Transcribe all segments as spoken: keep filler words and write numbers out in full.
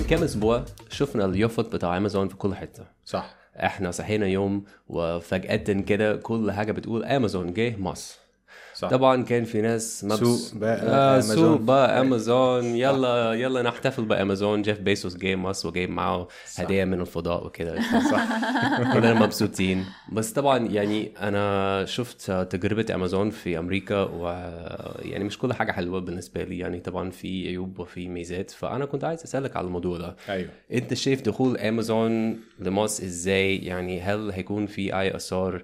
كام اسبوع شفنا اليوفط بتاع امازون في كل حته. صح. احنا صحينا يوم وفجأة كده كل حاجه بتقول امازون جه مصر. صح. طبعا كان في ناس مبس... سوق بقى آه امازون سوق بقى امازون يلا يلا نحتفل بامازون. جيف بيسوس جاي مصر وجايب معه هديه من الفضاء وكده. صح. كلنا مبسوطين. بس طبعا يعني انا شفت تجربه امازون في امريكا ويعني مش كل حاجه حلوه بالنسبه لي، يعني طبعا في عيوب وفي ميزات. فانا كنت عايز اسالك على الموضوع ده. ايوه انت شايف دخول امازون لمصر ازاي؟ يعني هل هيكون في اي اثار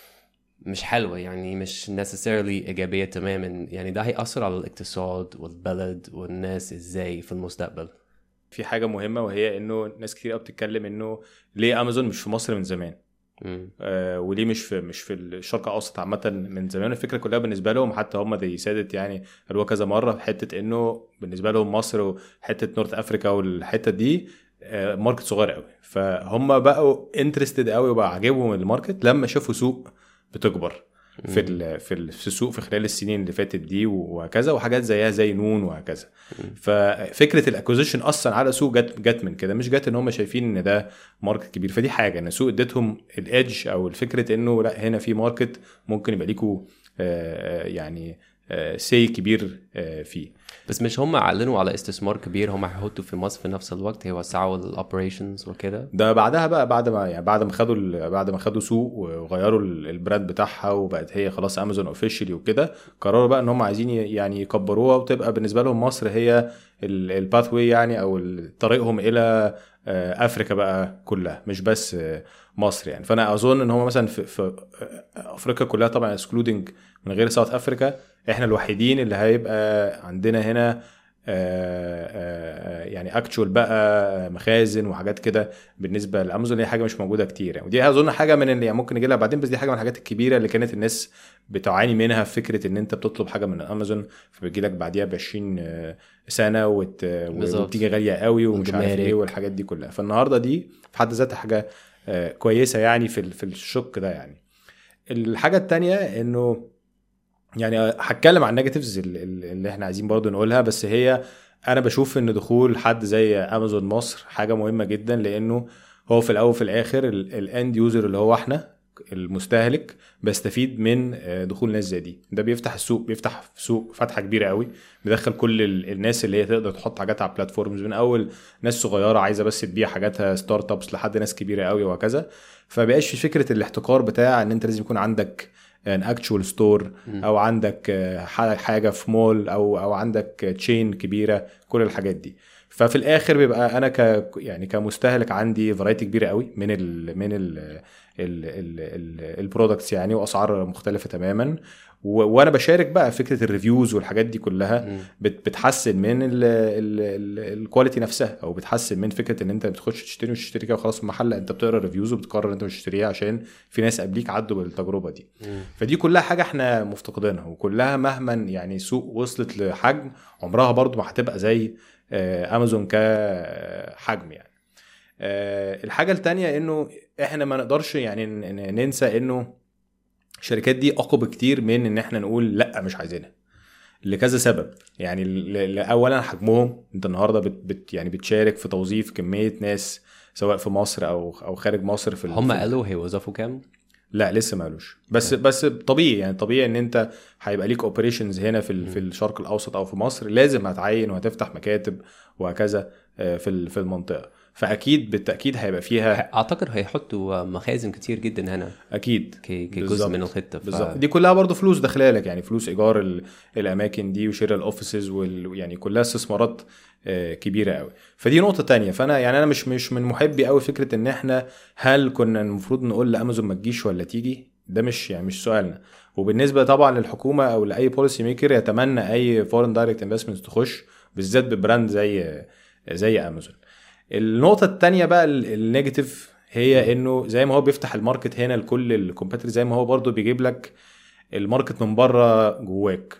مش حلوة، يعني مش necessarily إيجابية تماما؟ يعني ده هيأثر على الاقتصاد والبلد والناس إزاي في المستقبل؟ في حاجه مهمه وهي انه ناس كتير قوي بتتكلم انه ليه امازون مش في مصر من زمان. آه وليه مش في مش في الشرق الاوسط عامه من زمان. الفكره كلها بالنسبه لهم حتى هم دي سادت يعني قالوا كذا مره حته انه بالنسبه لهم مصر وحته نورث افريكا والحته دي آه ماركت صغير قوي، فهم بقوا انترستد قوي وبقى عاجبهم الماركت لما شافوا سوق بتكبر في ال في ال في السوق في خلال السنين اللي فاتت دي وهكذا، وحاجات زيها زي نون وهكذا. ففكره الاكوزيشن اصلا على سوق جت جت من كده، مش جت ان هم شايفين ان ده ماركت كبير. فدي حاجه ان السوق ادتهم الايدج او الفكره انه لا هنا في ماركت ممكن يبقى ليكوا يعني سي كبير فيه. بس مش هم اعلنوا على استثمار كبير هم هيحطوا في مصر في نفس الوقت، هيوسعوا الاوبريشنز وكده؟ ده بعدها بقى بعد ما يعني بعد ما خدوا بعد ما خدوا سوق وغيروا البراند بتاعها وبقت هي خلاص امازون اوفيشلي وكده، قرروا بقى ان هم عايزين يعني يكبروها وتبقى بالنسبه لهم مصر هي الباثوي يعني او طريقهم الى افريكا بقى كلها مش بس مصر يعني. فانا اظن ان هم مثلا في, في افريقيا كلها طبعا اسكلودنج من غير ساوث افريكا، احنا الوحيدين اللي هيبقى عندنا هنا آآ آآ يعني اكتشوال بقى مخازن وحاجات كده. بالنسبه لامازون هي حاجه مش موجوده كتير يعني، ودي اظن حاجه من اللي يعني ممكن نجي لها بعدين، بس دي حاجه من الحاجات الكبيره اللي كانت الناس بتعاني منها. في فكره ان انت بتطلب حاجه من امازون فبيجي لك بعديها ب عشرين سنه وت... وبتيجي غاليه قوي ومش عارف ايه والحاجات دي كلها. فالنهارده دي في حد ذاتها حاجه كويسه يعني في في الشق ده يعني. الحاجه التانية انه يعني هتكلم عن النيجاتيفز اللي احنا عايزين برضو نقولها، بس هي انا بشوف ان دخول حد زي امازون مصر حاجه مهمه جدا، لانه هو في الاول في الاخر الاند يوزر اللي هو احنا المستهلك بستفيد من دخول ناس زي دي. ده بيفتح السوق، بيفتح سوق فتحه كبيره قوي، بيدخل كل الناس اللي هي تقدر تحط حاجاتها على بلاتفورمز، من اول ناس صغيره عايزه بس تبيع حاجاتها ستارت ابس لحد ناس كبيره قوي وهكذا. فبقاش في فكره الاحتكار بتاع ان انت لازم يكون عندك ان اكتشوال ستور او عندك حاجه في مول او او عندك تشين كبيره، كل الحاجات دي. ففي الاخر بيبقى انا ك يعني كمستهلك عندي فرايتي كبيره قوي من ال من ال البرودكتس يعني، واسعار مختلفه تماما. وانا بشارك بقى فكره الريفيوز والحاجات دي كلها بتحسن من الكواليتي نفسها، او بتحسن من فكره ان انت بتخش تشتري مش تشتري كده وخلاص في محل، انت بتقرا ريفيوز وبتقرر انت مش تشتريها عشان في ناس قبليك عدوا بالتجربه دي. مم. فدي كلها حاجه احنا مفتقدينها، وكلها مهما يعني سوق وصلت لحجم عمرها برضو ما هتبقى زي امازون كحجم يعني. الحاجه التانية انه احنا ما نقدرش يعني ننسى انه الشركات دي اقوى بكتير من ان احنا نقول لا مش عايزينها لكذا سبب يعني. اولا حجمهم، انت النهارده بت بت يعني بتشارك في توظيف كميه ناس سواء في مصر او او خارج مصر. في هم قالوا هيوظفوا كام؟ لا لسه ما قالوش، بس اه. بس طبيعي يعني طبيعي ان انت هيبقى ليك اوبريشنز هنا في في الشرق الاوسط او في مصر، لازم هتعين وهتفتح مكاتب وهكذا في في المنطقه. فاكيد بالتاكيد هيبقى فيها، اعتقد هيحطوا مخازن كتير جدا هنا اكيد كجزء من الخطه. ف... دي كلها برضو فلوس داخلالك يعني، فلوس ايجار ال... الاماكن دي وشراء الاوفيسز وال... يعني كلها استثمارات كبيره قوي. فدي نقطه تانية. فانا يعني انا مش مش من محبي قوي فكره ان احنا هل كنا المفروض نقول لامازون ما تجيش ولا تيجي، ده مش يعني مش سؤالنا. وبالنسبه طبعا للحكومه او لاي بوليسي ميكر يتمنى اي فورن دايركت انفستمنت تخش بالذات ببراند زي زي امازون. النقطه التانية بقى النيجاتيف هي انه زي ما هو بيفتح الماركت هنا لكل الكومبيتيتور، زي ما هو برضو بيجيب لك الماركت من بره جواك.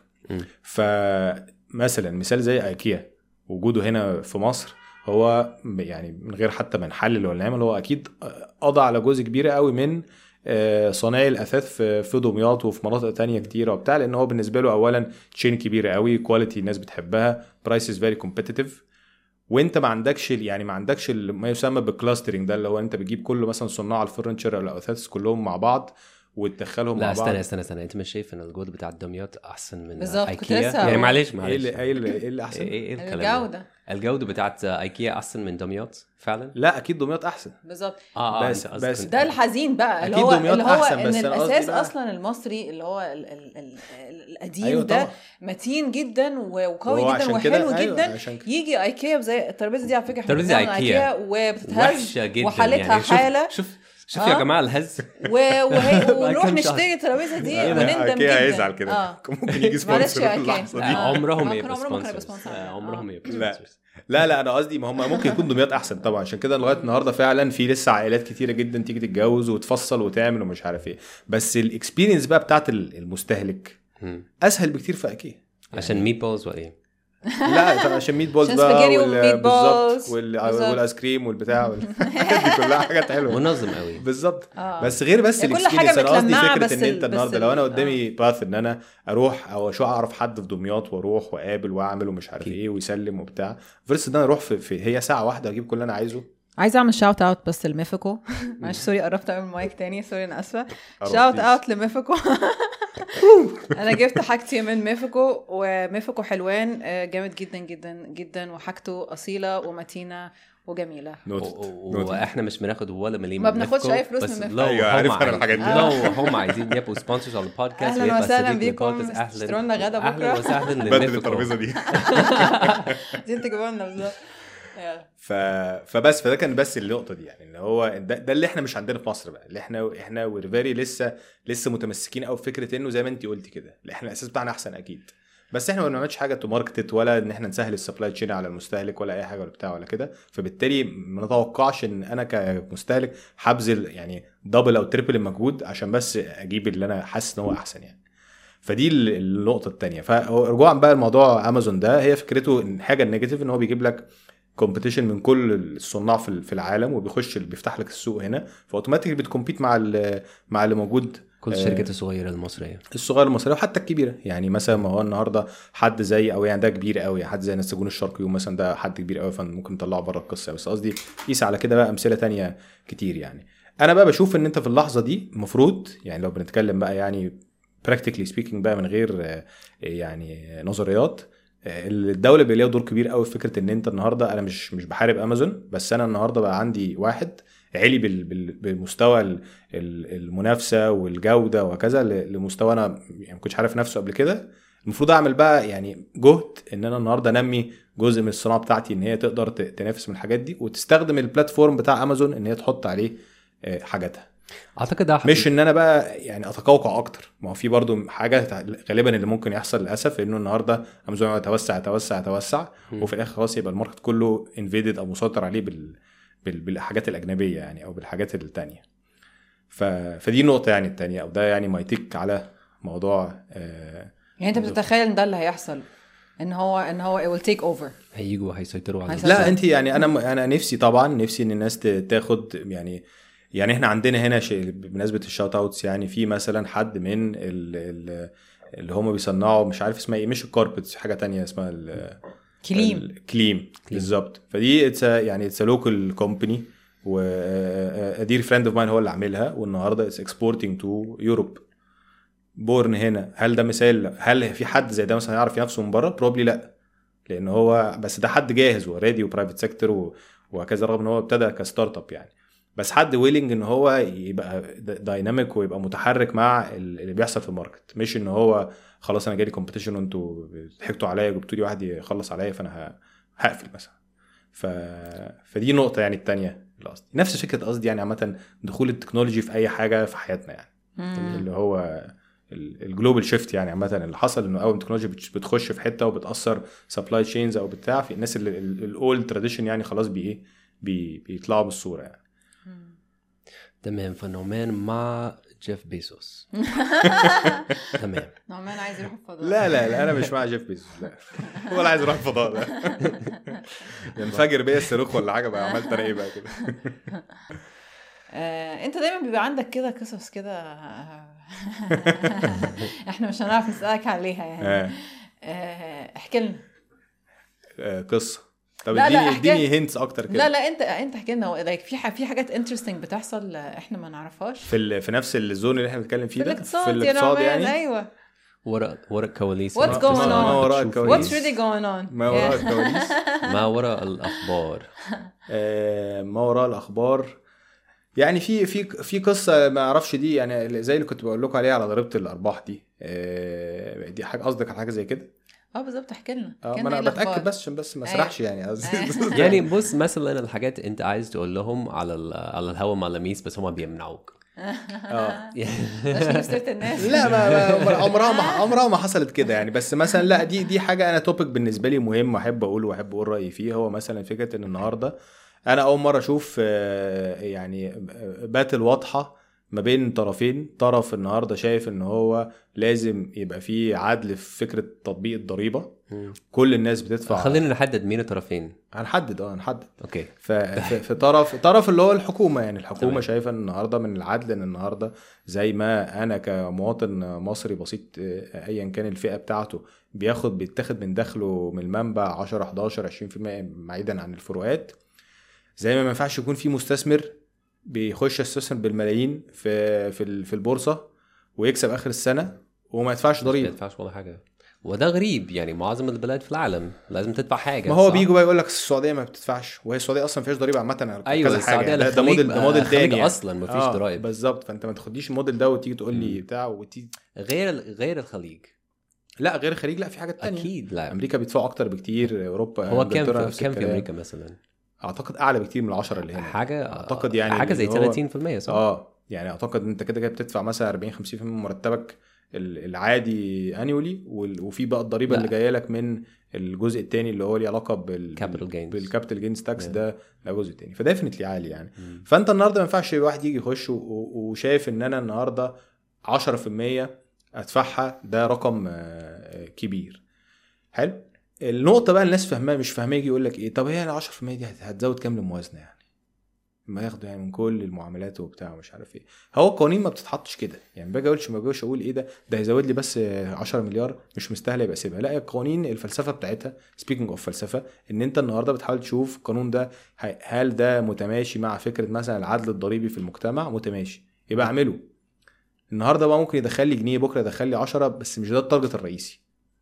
فمثلا مثال زي ايكيا وجوده هنا في مصر هو يعني من غير حتى ما نحلل ولا نعمل، هو اكيد قضى على جزء كبير قوي من صناعي الاثاث في دمياط وفي مناطق تانية كتيره وبتاع، لان هو بالنسبه له اولا تشين كبيره قوي، كواليتي الناس بتحبها، برايسز فيري كومبيتيتيف، وانت ما عندكش يعني ما عندكش ما يسمى بالكلاسترنج ده اللي هو انت بتجيب كله مثلا صناع الفرنتشر او الاثاث كلهم مع بعض وتدخلهم مع بعض. لا استنى استنى استنى انت مش شايف ان الجوده بتاع دمياط احسن من بالظبط ايكيا؟ يعني يعني معلش معلش ايه اللي ايه اللي احسن؟ ايه ايه الكلام الجوده الجوده بتاعت ايكيا احسن من دمياط فعلا؟ لا اكيد دمياط احسن بالظبط. اه بس بس ده الحزين بقى اللي أكيد هو دمياط اللي هو أحسن، ان بس أنا قصدي الاساس بقى- اصلا المصري اللي هو ال ال ال القديم أيوة ده طبعا. متين جدا وقوي وهو جدا عشان كده- وحلو أيوة، جدا. عشان كده. يجي ايكيا زي الترابيزه دي على فكره احنا ترابيزة بنتكلم عن إيكيا وبتتهز وحشه جدا وحالتها يعني. شوف حاله شوف شوف آه. يا جماعه الهز و- وهي ونروح كام شهر. نشتري الترابيزه دي لا، ونندم أكيد جدا. هيزعل كده. آه. ممكن يجي معلش سبونسر يا في أكيد. اللحظه دي. آه. عمرهم ما يبقوا كانوا عمرهم ما كانوا سبونسرز بيسبونسروا. عمرهم آه. يبقوا لا. سبونسرز لا لا انا قصدي ما هم ممكن يكون دمياط احسن طبعا. عشان كده لغايه النهارده فعلا في لسه عائلات كتيره جدا تيجي تتجوز وتفصل وتعمل ومش عارف ايه. بس الاكسبيرينس بقى بتاعت المستهلك اسهل بكتير في اكيد عشان ميت بولز ولا ايه؟ لا عشان ميت بولز عشان بقى سباجيتي وال- وميت بالظبط بولز. وال- بالظبط. والايس كريم والبتاع والحاجات دي كلها حاجات حلوه منظم قوي. بالظبط. آه. بس غير بس يعني كل الاكسبيرينس حاجة انا قصدي متلمعة فكره بس ان ال- انت بس النهارده ال- لو انا آه. قدامي باث ان انا اروح او شو اعرف حد في دمياط واروح واقابل واعمل ومش عارف أكيد. ايه ويسلم وبتاع فيرس ان انا اروح في, في هي ساعه واحده اجيب كل اللي انا عايزه. عايزه اعمل شاوت اوت بس لميفيكو. معلش سوري قربت اعمل مايك تاني سوري انا اسفه. أروح شاوت بليز. اوت لميفيكو. انا جبت حاجتي من ميفيكو وميفيكو حلوان آه، جامد جدا جدا جدا وحاجته اصيله ومتينه وجميله. نوتد. و- نوتد. واحنا مش بناخد ولا مليم ما من بناخدش ميفكو، أي فلوس بس من ميفكو. لو أيوة، هم عارف أنا عايزين- الحاجات دي. لو هم عايزين يبقوا سبونسرز على البودكاست أهلاً ويبقى وسهلاً صديق بيكم. للبودكاست، اهلا اشتروا لنا غدا اهلا بكرة. وسهلا بدل للميفكو. الترابيزه دي. عايزين تجيبوا لنا بالظبط. يلا. ف... فبس فده كان بس النقطه دي يعني ان هو ده, ده اللي احنا مش عندنا في مصر بقى اللي احنا احنا ويرفيري لسه لسه متمسكين قوي بفكره انه زي ما انت قلتي كده اللي احنا الاساس بتاعنا احسن اكيد. بس احنا ما بنعملش حاجه تو ماركت ولا ان احنا نسهل السبلاي تشين على المستهلك ولا اي حاجه ولا بتاع ولا كده. فبالتالي ما نتوقعش ان انا كمستهلك هبذل يعني دبل او تريبل المجهود عشان بس اجيب اللي انا حاسس ان هو احسن يعني. فدي النقطه الثانيه. فرجوعا بقى الموضوع امازون ده هي فكرته ان حاجه النيجاتيف ان هو بيجيب لك كومبيتيشن من كل الصناع في في العالم وبيخش بيفتح لك السوق هنا فاوتوماتيك بتكمبيت مع مع اللي موجود كل الشركات الصغيره المصريه الصغيره المصريه وحتى الكبيره يعني مثلا ما هو النهارده حد زي او يعني ده كبير قوي حد زي نسجون الشرقي مثلا ده حد كبير قوي فممكن نطلعه بره القصه. بس قصدي قيس على كده بقى امثله تانية كتير يعني. انا بقى بشوف ان انت في اللحظه دي المفروض يعني لو بنتكلم بقى يعني practically speaking بقى من غير يعني نظريات الدوله بقى ليها دور كبير قوي في فكره ان انت النهارده انا مش مش بحارب امازون بس انا النهارده بقى عندي واحد عالي بالمستوى المنافسه والجوده وكذا لمستوى انا يعني ما كنتش عارف نفسه قبل كده. المفروض اعمل بقى يعني جهد ان انا النهارده انمي جزء من الصناعه بتاعتي ان هي تقدر تنافس من الحاجات دي وتستخدم البلاتفورم بتاع امازون ان هي تحط عليه حاجاتها. اعتقد ده مش ان انا بقى يعني اتقوقع اكتر. ما هو في برضو حاجه غالبا اللي ممكن يحصل للاسف انه النهارده امازون يتوسع يتوسع يتوسع وفي الاخر خلاص يبقى الماركت كله انفيدد او مسيطر عليه بال بالحاجات الاجنبيه يعني او بالحاجات التانية. ف... فدي النقطه يعني التانية او ده يعني ما يتك على موضوع آه يعني انت بتتخيل ان ده اللي هيحصل ان هو ان هو it will take over هيجوا هيسيطروا على لا انت يعني انا انا نفسي طبعا نفسي ان الناس تاخد يعني يعني احنا عندنا هنا شيء بمناسبه الشاوت اوتس يعني في مثلا حد من ال ال اللي هم بيصنعوا مش عارف اسمها ايه مش الكاربتس حاجه تانية اسمها كليم كليم بالظبط. فدي يعني اتس لوكال كومباني ودير فريند اوف ماين هو اللي عاملها والنهارده اتس اكسبورتنج تو يوروب بورن هنا. هل ده مثال هل في حد زي ده مثلا يعرف ينافسه من بره؟ بروبلي لا لان هو بس ده حد جاهز وريدي وبرايفت سيكتور وهكذا رغم ان هو ابتدى كستارت اب يعني. بس حد ويلنج ان هو يبقى دايناميك ويبقى متحرك مع اللي بيحصل في الماركت مش ان هو خلاص انا جالي كومبيتيشن وانتوا ضحكتوا عليا وجبتوا لي واحد يخلص عليا فانا هقفل مثلا. ف... فدي نقطه يعني الثانيه القصد نفس فكره قصدي يعني عامه دخول التكنولوجي في اي حاجه في حياتنا يعني مم. اللي هو الجلوبال شيفت يعني عامه اللي حصل انه اول التكنولوجيا بتخش في حته وبتاثر سبلاي تشينز او بتاع في الناس اللي الاولد تراديشن يعني خلاص بي ايه بي بيطلعوا بالصوره يعني. تمام. فنومان مع جيف بيزوس. تمام. نومان عايز يروح الفضاء. لا لا لا انا مش مع جيف بيزوس لا ولا عايز اروح الفضاء ده ينفجر بيا الصاروخ ولا حاجه بقى عملت انا ايه بقى كده. آه، انت دايما بيبقى عندك كده قصص كده احنا مش هنعرف نسألك عليها يعني. آه، احكي لنا آه، قصه طب لا، لا، اديني احكي- اديني هينتس اكتر كده. لا لا انت انت احكي لنا like في ح- في حاجات انترستنج بتحصل احنا ما نعرفهاش في ال... في نفس الزون اللي احنا بنتكلم فيه في ده، الاقتصاد, في الاقتصاد يعني, يعني ايوه وراء وراء الكواليس. What's ما- going ما- on? ما وراء بتشوفي. الكواليس. what's really going on ما وراء Yeah. الكواليس. ما وراء الاخبار. آه، ما وراء الاخبار يعني في في في قصه ما اعرفش دي يعني زي اللي كنت بقول لكم عليها على ضريبه الارباح دي. آه، دي حاجه قصدك على حاجه زي كده؟ اه بالظبط احكي لنا اه كان ما انا إيه بتاكد الأخبار؟ بس عشان بس ما اسرحش يعني قصدي. يعني بص مثلا الحاجات انت عايز تقول لهم على ال- على الهوا مع لميس بس هم بيمنعوك. اه مش نفسية الناس لا ما ما- عمرها ما عمرها ما حصلت كده يعني. بس مثلا لا دي دي حاجه انا توبيك بالنسبه لي مهم واحب اقوله واحب اقول رايي فيه. هو مثلا فكره ان النهارده انا اول مره اشوف آه، يعني باتل واضحه ما بين طرفين. طرف النهارده شايف ان هو لازم يبقى فيه عدل في فكره تطبيق الضريبه، كل الناس بتدفع. خلينا نحدد مين الطرفين. هنحدد اه هنحدد اوكي. ف- في في طرف طرف اللي هو الحكومه يعني. الحكومه تمام. شايفه ان النهارده من العدل ان النهارده زي ما انا كمواطن مصري بسيط آه، ايا كان الفئه بتاعته بياخد بيتاخد من دخله من المنبع عشرة احداشر عشرين في المية بعيدا عن الفروقات، زي ما ما ينفعش يكون في مستثمر بيخش يستثمر بالملايين في في ال- في البورصه ويكسب اخر السنه وما يدفعش ما ضريبه. يدفعش ولا حاجه، وده غريب يعني. معظم البلاد في العالم لازم تدفع حاجه. ما هو صح؟ بيجوا بقى يقول لك السعوديه ما بتدفعش، وهي السعوديه اصلا ما فيهاش ضريبه عامه على ايوه كذا حاجه. السعوديه ده, ده الخليج- موديل ده موديل الخليج تاني يعني. اصلا ما فيش آه ضرائب بالظبط. فانت ما تاخديش الموديل ده وتيجي تقول لي بتاع وتيجي غير غير الخليج. لا غير الخليج لا في حاجات تانية. اكيد لا. امريكا بيدفعوا اكتر بكتير، اوروبا هو كام إنجلترا في نفس كام في الكلام. امريكا مثلا؟ اعتقد اعلى بكتير من العشرة اللي هنا. حاجه اعتقد يعني حاجه زي اللي هو- ثلاثين في المية صح؟ اه يعني اعتقد انت كده كده بتدفع مثلا أربعين خمسين في المية من مرتبك ال- العادي انيولي، وفي بقى الضريبه لا. اللي جايه لك من الجزء الثاني اللي هو ليه علاقه بال Capital gains. بالكابيتال جينز تاكس. Yeah. ده ده جزء تاني فديفنتلي عالي يعني. مم. فانت النهارده ما ينفعش واحد يجي يخش و- و- وشايف ان انا النهارده عشرة في المية ادفعها، ده رقم آه، كبير. حلو. النقطه بقى الناس فاهمها مش فاهمه، يجي يقول لك ايه طب هي ال عشرة في المية دي هت- هتزود كام للموازنه يعني ما ياخدوا يعني من كل المعاملات وبتاع ومش عارف ايه. هو القوانين ما بتتحطش كده يعني. باجي اقولش ما باجيش اقول ايه ده ده هيزود لي بس عشرة مليار مش مستاهله يبقى سيبها. لا القوانين الفلسفه بتاعتها سبيكينج اوف فلسفه ان انت النهارده بتحاول تشوف القانون ده ه- هل ده متماشي مع فكره مثلا العدل الضريبي في المجتمع. متماشي يبقى اعمله. النهارده بقى ممكن يدخل لي جنيه بكره يدخل لي عشرة بس مش ده التارجت الرئيسي.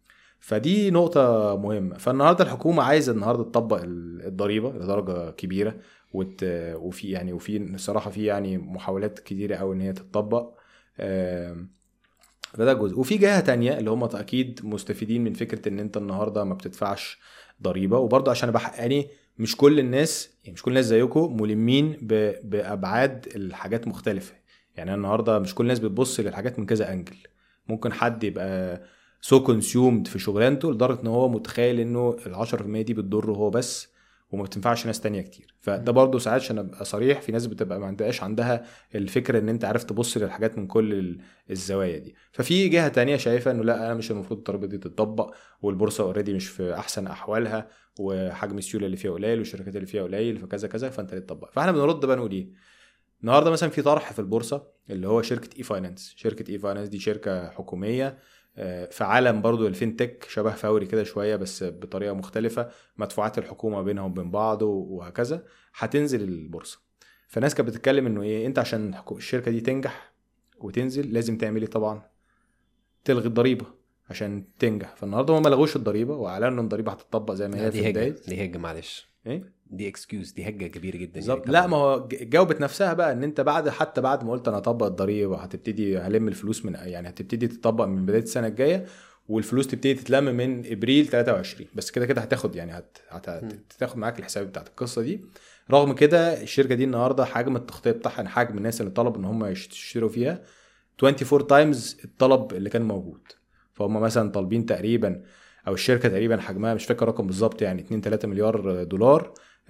فدي نقطة مهمة. فالنهاردة الحكومة عايزة النهاردة تطبق الضريبة لدرجة كبيرة وت... وفي يعني وفي صراحة في يعني محاولات كتيرة أوي إن هي تطبق. آم، ده جزء. وفي جهة تانية اللي هم أكيد مستفيدين من فكرة إن أنت النهاردة ما بتدفعش ضريبة. وبرضه عشان أبقى يعني مش كل الناس يعني مش كل الناس زيكم ملمين ب... بأبعاد الحاجات مختلفة. يعني أنا النهاردة مش كل الناس بتبص للحاجات من كذا أنجل. ممكن حد يبقى سو كونسيومد في شغلانته لدرجه ان هو متخيل انه ال عشرة في المية دي بتضره هو بس وما بتنفعش ناس تانية كتير. فده برضه ساعات عشان ابقى صريح في ناس بتبقى ما عندهاش عندها الفكره ان انت عارف تبص للحاجات من كل ال- الزوايا دي. ففي جهه تانية شايفه انه لا انا مش المفروض الضريبه دي تتطبق والبورصه اوريدي مش في احسن احوالها وحجم السيوله اللي فيها قليل والشركات اللي فيها قليل فكذا كذا فانت اللي تطبق. فاحنا بنرد بقى نقول ايه النهارده مثلا في طرح في البورصه اللي هو شركه اي فاينانس. شركه اي فاينانس دي شركه حكوميه في عالم برضو الفينتك شبه فوري كده شوية بس بطريقة مختلفة. مدفوعات الحكومة بينهم وبين بعض وهكذا هتنزل البورصة. فالناس كانت بتتكلم انه ايه انت عشان الشركة دي تنجح وتنزل لازم تعمل ايه طبعا تلغي الضريبة عشان تنجح. فالنهاردة هم ما لغوش الضريبة واعلنوا ان الضريبة هتطبق زي ما هي في البداية. دي هجة معلش ايه دي اكسكيوز دي هجة كبيرة جدا بالظبط. يعني. لا ما هو جاوبت نفسها بقى ان انت بعد حتى بعد ما قلت انا هطبق الضريبه هتبتدي هلم الفلوس من يعني هتبتدي تطبق من بدايه السنه الجايه والفلوس تبتدي تتلم من ابريل ثلاثة وعشرين بس كده كده هتاخد يعني هت... هت... هتاخد معاك الحساب بتاعت القصه دي. رغم كده الشركه دي النهارده حجم التغطيه بتاعها حجم الناس اللي طلبوا ان هم يشتروا فيها أربعة وعشرين تايمز الطلب اللي كان موجود. فهم مثلا طالبين تقريبا او الشركه تقريبا حجمها مش فاكر رقم بالظبط يعني اتنين تلاتة مليار دولار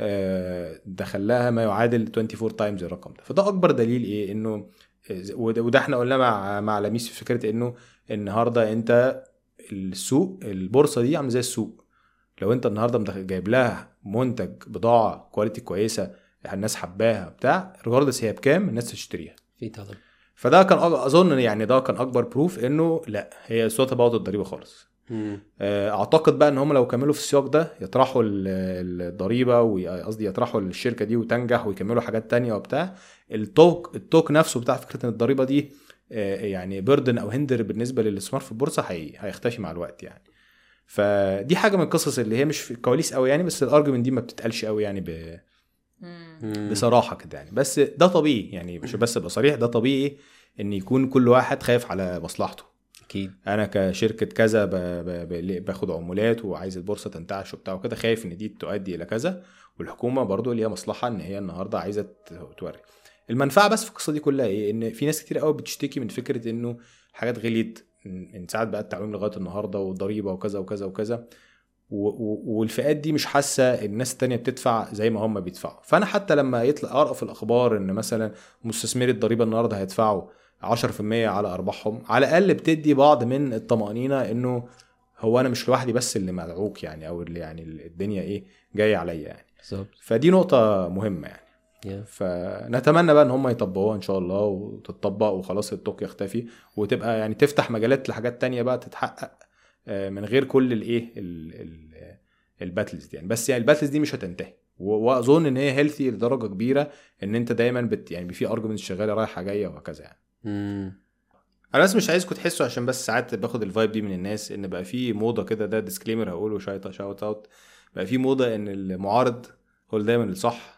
دخلها ما يعادل أربعة وعشرين تايمز الرقم ده. فده اكبر دليل ايه انه وده احنا قلنا مع مع لميس في فكره انه النهارده انت السوق البورصه دي عامله زي السوق. لو انت النهارده جايب لها منتج بضاعه كواليتي كويسه الناس حباها بتاع ريجاردلس هي بكام الناس تشتريها في طلب. فده كان اظن يعني ده كان اكبر بروف انه لا هي صوت باوت الضريبه خالص. اعتقد بقى ان هم لو كملوا في السياق ده يطرحوا الضريبه وقصدي يطرحوا الشركه دي وتنجح ويكملوا حاجات تانية وبتاع التوك التوك نفسه بتاع فكره ان الضريبه دي يعني بيردن او هندر بالنسبه للاستثمار في البورصه هي هيختفي مع الوقت يعني. فدي حاجه من القصص اللي هي مش في الكواليس قوي يعني بس الارجيومنت دي ما بتتقالش قوي يعني ب... بصراحه كده يعني. بس ده طبيعي يعني مش بس ابقى صريح ده طبيعي ان يكون كل واحد خايف على مصلحته. اكيد انا كشركه كذا ب... ب... باخد عمولات وعايز البورصه تنتعش وبتاع وكده خايف ان دي تؤدي الى كذا والحكومه برضو ليها مصلحه ان هي النهارده عايزه توري المنفعه. بس في القصه دي كلها ايه ان في ناس كتير قوي بتشتكي من فكره انه حاجات غليت من ساعات بقى التعويم لغايه النهارده والضريبه وكذا وكذا وكذا والفئات دي مش حاسه الناس التانية بتدفع زي ما هم بيدفعوا. فانا حتى لما يطلع اقرا في الاخبار ان مثلا مستثمري الضريبه النهارده هيدفعوا عشرة في المية على ارباحهم على الاقل بتدي بعض من الطمانينه انه هو انا مش لوحدي بس اللي مدعوك يعني او اللي يعني الدنيا ايه جايه عليا يعني. فدي نقطه مهمه يعني. Yeah. فنتمنى بقى ان هم يطبقوها ان شاء الله وتطبق وخلاص التوك يختفي وتبقى يعني تفتح مجالات لحاجات تانية بقى تتحقق من غير كل الايه الباتلز دي يعني. بس يعني الباتلز دي مش هتنتهي واظن ان هي هيلثي لدرجه كبيره ان انت دايما بت يعني في ارجيومنت شغاله رايحه جايه وهكذا يعني. امم انا بس مش عايزكم تحسوا عشان بس ساعات باخد الفايب دي من الناس ان بقى في موضه كده. ده ديسكليمر هقوله شايطه شاوت اوت. بقى في موضه ان المعارض هو دايما الصح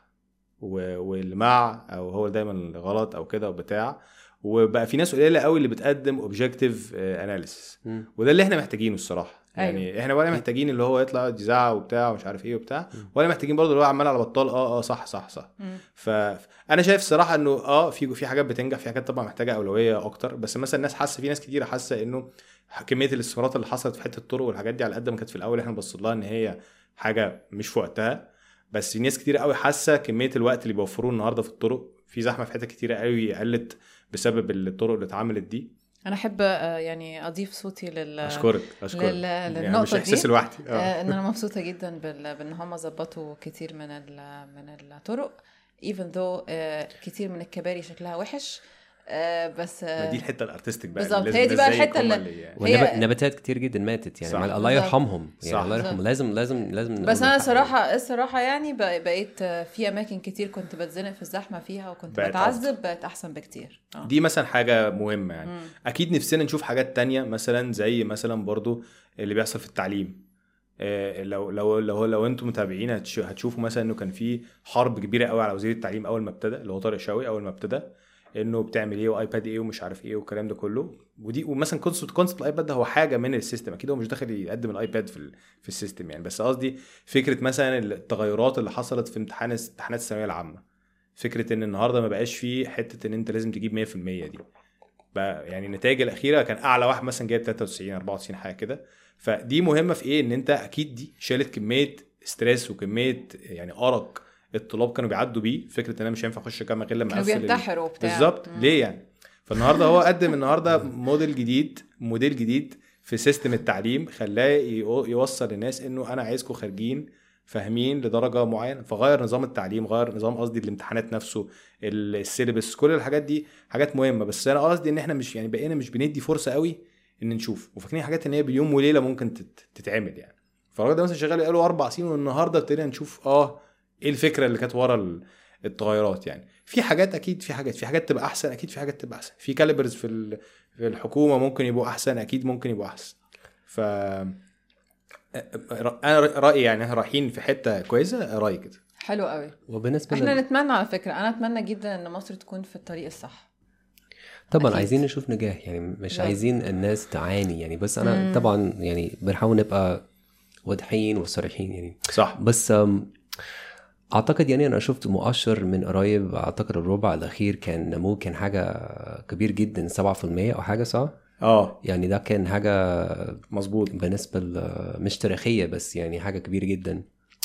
والمع او هو دايما الغلط او كده وبتاع. وبقى في ناس قليله قوي اللي بتقدم اوبجكتيف اناليسيس وده اللي احنا محتاجينه الصراحه يعني. أيوه. احنا ولا محتاجين اللي هو يطلع يزعق وبتاع ومش عارف ايه وبتاع ولا محتاجين برضو اللي هو عمال على بطال اه اه صح صح صح. فانا شايف الصراحه انه اه في في حاجات بتنجح في حاجات طبعا محتاجه اولويه اكتر. بس مثلا الناس حاسه في ناس كتير حاسه انه كميه الاستثمارات اللي حصلت في حته الطرق والحاجات دي على قد ما كانت في الاول احنا بنبص لها ان هي حاجه مش في وقتها. بس ناس كتير قوي حاسه كميه الوقت اللي بيوفروه النهارده في الطرق في زحمه في حته كتيره قوي قلت بسبب الطرق اللي اتعملت دي. انا احب يعني اضيف صوتي لل اشكرك اشكرك لل... يعني للنقطه مش احساس لوحدي آه. ان انا مبسوطه جدا بال... بان هم ظبطوا كتير من ال... من الطرق even though آه كتير من الكباري شكلها وحش آه بس آه دي الحته الارتستيك بقى بالظبط. هي دي بقى الحته اللي, اللي هي نباتات كتير جدا ماتت يعني الله يرحمهم يعني الله يرحمهم لازم لازم لازم. بس انا صراحه الصراحه يعني بقيت في اماكن كتير كنت بتزنق في الزحمه فيها وكنت بتعذب بقت احسن بكتير. آه. دي مثلا حاجه مهمه يعني. مم. اكيد نفسنا نشوف حاجات تانية مثلا زي مثلا برضو اللي بيحصل في التعليم. لو لو لو لو انتم متابعين هتشوفوا مثلا انه كان في حرب كبيره قوي على وزير التعليم اول ما ابتدى اللي هو طارق شوقي اول ما ابتدى انه بتعمل ايه وايباد ايه ومش عارف ايه والكلام ده كله. ودي ومثلا كونسبت كونسبت الايباد ده هو حاجه من السيستم اكيد هو مش داخل يقدم الايباد في في السيستم يعني. بس قصدي فكره مثلا التغيرات اللي حصلت في امتحان امتحانات الثانويه العامه. فكره ان النهارده ما بقاش فيه حته ان انت لازم تجيب مية في المية دي بقى يعني. النتائج الاخيره كان اعلى واحد مثلا جايب تلاتة وتسعين أربعة وتسعين حاجه كده. فدي مهمه في ايه ان انت اكيد دي شالت كميه ستريس وكميه يعني ارق الطلاب كانوا بيعدوا بيه. فكره ان انا مش هينفع اخش جامعه غير لما اقفل كانوا بينتحروا بتاع بالظبط ليه يعني. فالنهارده هو قدم النهارده موديل جديد موديل جديد في سيستم التعليم خلاه يوصل للناس انه انا عايزكم خارجين فاهمين لدرجه معينه. فغير نظام التعليم غير نظام قصدي الامتحانات نفسه السيلبس كل الحاجات دي حاجات مهمه. بس انا قصدي ان احنا مش يعني بقينا مش بندي فرصه قوي ان نشوف وفاكرين حاجات ان هي باليوم وليله ممكن تتعمل يعني. فالراجل ده مثلا شغال بقاله اربع سنين والنهارده ابتدينا نشوف اه ايه الفكره اللي كانت ورا التغيرات يعني. في حاجات اكيد في حاجات في حاجات تبقى احسن اكيد في حاجات تبقى احسن. في كاليبرز في في الحكومه ممكن يبقوا احسن اكيد ممكن يبقوا احسن. ف انا رايي يعني احنا رايحين في حته كويسه رايي كده حلو قوي. وبالنسبه احنا نتمنى على فكره انا اتمنى جدا ان مصر تكون في الطريق الصح. طبعا أكيد. عايزين نشوف نجاح يعني مش لا. عايزين الناس تعاني يعني. بس انا مم. طبعا يعني بنحاول نبقى واضحين وصريحين يعني صح. بس اعتقد يعني انا شفت مؤشر من قريب اعتقد الربع الاخير كان نمو كان حاجه كبير جدا سبعة في المية او حاجه صح اه يعني ده كان حاجه مظبوط بالنسبه مش تاريخيه بس يعني حاجه كبيره جدا.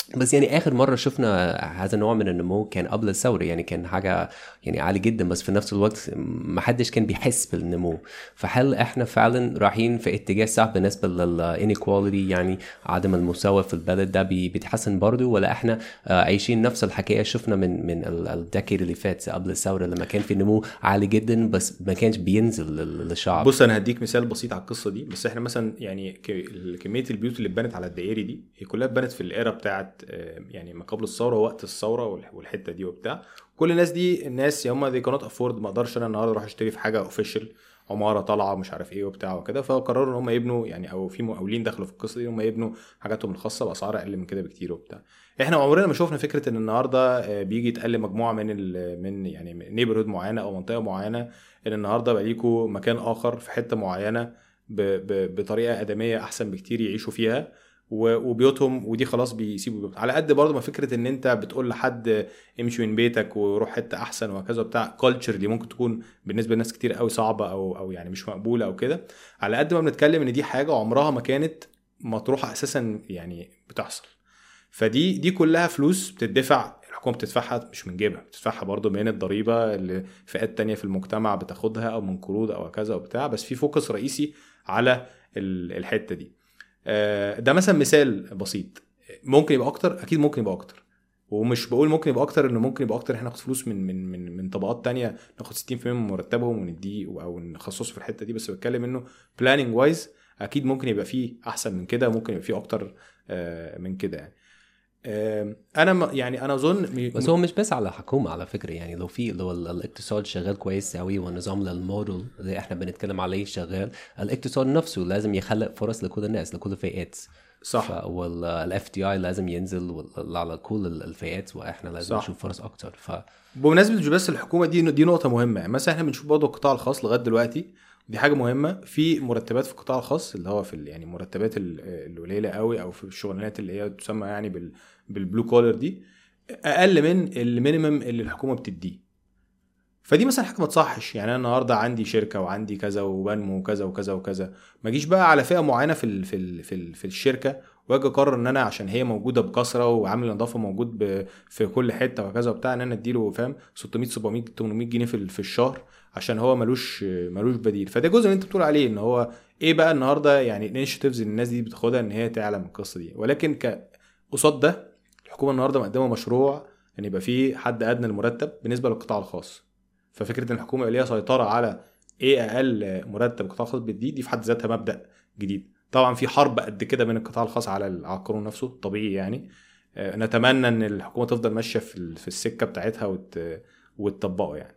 بس يعني اخر مره شفنا هذا النوع من النمو كان قبل الثوره، يعني كان حاجه يعني عالي جدا، بس في نفس الوقت ما حدش كان بيحس بالنمو. فهل احنا فعلا رايحين في اتجاه صح بالنسبه للانيكواليتي، يعني عدم المساواه في البلد ده بيتحسن برضو، ولا احنا عايشين نفس الحكايه شفنا من من الدكير اللي فات قبل الثوره لما كان في نمو عالي جدا بس ما كانش بينزل للشعب؟ بص انا هديك مثال بسيط على القصه دي. بس احنا مثلا يعني كميه البيوت اللي اتبنت على الدائري دي هي كلها اتبنت في الايرا بتاعه يعني ما قبل الثوره ووقت الثوره والحته دي وبتاع. كل الناس دي الناس يا هم دي كانت افورد، ما اقدرش انا النهارده اروح اشتري في حاجه اوفيشال عماره طالعه مش عارف ايه وبتاع وكده، فقرروا ان هم يبنوا يعني او في مقاولين دخلوا في القصه دي هم يبنوا حاجاتهم الخاصه باسعار اقل من كده بكتير وبتاع. احنا عمرنا ما شفنا فكره ان النهارده بيجي يتقل مجموعه من من يعني نيبرهود معينه او منطقه معينه ان النهارده بقى ليكوا مكان اخر في حته معينه بطريقه ادميه احسن بكتير يعيشوا فيها وبيوتهم، ودي خلاص بيسيبوا بيوتهم. على قد برضه ما فكره ان انت بتقول لحد امشي من بيتك وروح حته احسن وهكذا بتاع كلتشر دي ممكن تكون بالنسبه لناس كتير قوي صعبه او او يعني مش مقبوله او كده، على قد ما بنتكلم ان دي حاجه عمرها ما كانت مطروحه اساسا يعني بتحصل. فدي دي كلها فلوس بتدفع، الحكومه بتدفعها مش من جيبها، بتدفعها برضو من الضريبه اللي فئات تانية في المجتمع بتاخدها او من قروض او كذا وبتاع. بس في فوكس رئيسي على الحته دي. ده مثلا مثال بسيط. ممكن يبقى اكتر، اكيد ممكن يبقى اكتر، ومش بقول ممكن يبقى اكتر انه ممكن يبقى اكتر احنا ناخد فلوس من من من من طبقات تانية ناخد ستين في المية من مرتبهم ونديه او نخصصه في الحته دي. بس بتكلم انه بلاننج وايز اكيد ممكن يبقى فيه احسن من كده، ممكن يبقى فيه اكتر من كده يعني. انا يعني انا اظن بس هو مش بس على الحكومه على فكره، يعني لو في لو الاقتصاد شغال كويس قوي والنظام للموديل اللي احنا بنتكلم عليه شغال، الاقتصاد نفسه لازم يخلق فرص لكل الناس لكل الفئات. صح. والاف تي اي لازم ينزل على كل الفئات واحنا لازم نشوف فرص اكتر. ف بمناسبه مش بس الحكومه دي دي نقطه مهمه. مثلا احنا بنشوف برضه القطاع الخاص لغايه دلوقتي، دي حاجه مهمه. في مرتبات في القطاع الخاص اللي هو في يعني مرتبات القليله قوي او في الشغلانات اللي هي تسمى يعني بال بالبلو كولر دي اقل من المينيمم اللي الحكومه بتديه. فدي مثلا حاجه ما تصحش. يعني انا النهارده عندي شركه وعندي كذا وبنمو وكذا وكذا وكذا، ما اجيش بقى على فئه معينه في ال في ال في, ال في الشركه واجي اقرر ان انا عشان هي موجوده بكثره وعامل نظافه موجود في كل حته وكذا وبتاع ان انا اديله فاهم ستمية سبعمية تمنمية جنيه في في الشهر عشان هو ملوش ملوش بديل. فده جزء اللي انت بتقول عليه ان هو ايه بقى النهارده يعني انيشيتيفز الناس دي بتاخدها ان هي تعلم القصه دي. ولكن قصاد ده الحكومه النهارده مقدمه مشروع ان يبقى فيه حد ادنى المرتب بالنسبه للقطاع الخاص. ففكره ان الحكومه يبقى ليها سيطره على ايه اقل مرتب القطاع الخاص بيديه، دي في حد ذاتها مبدا جديد. طبعا في حرب قد كده بين القطاع الخاص على القانون نفسه طبيعي يعني. نتمنى ان الحكومه تفضل ماشيه في في السكه بتاعتها وت وتطبقه يعني.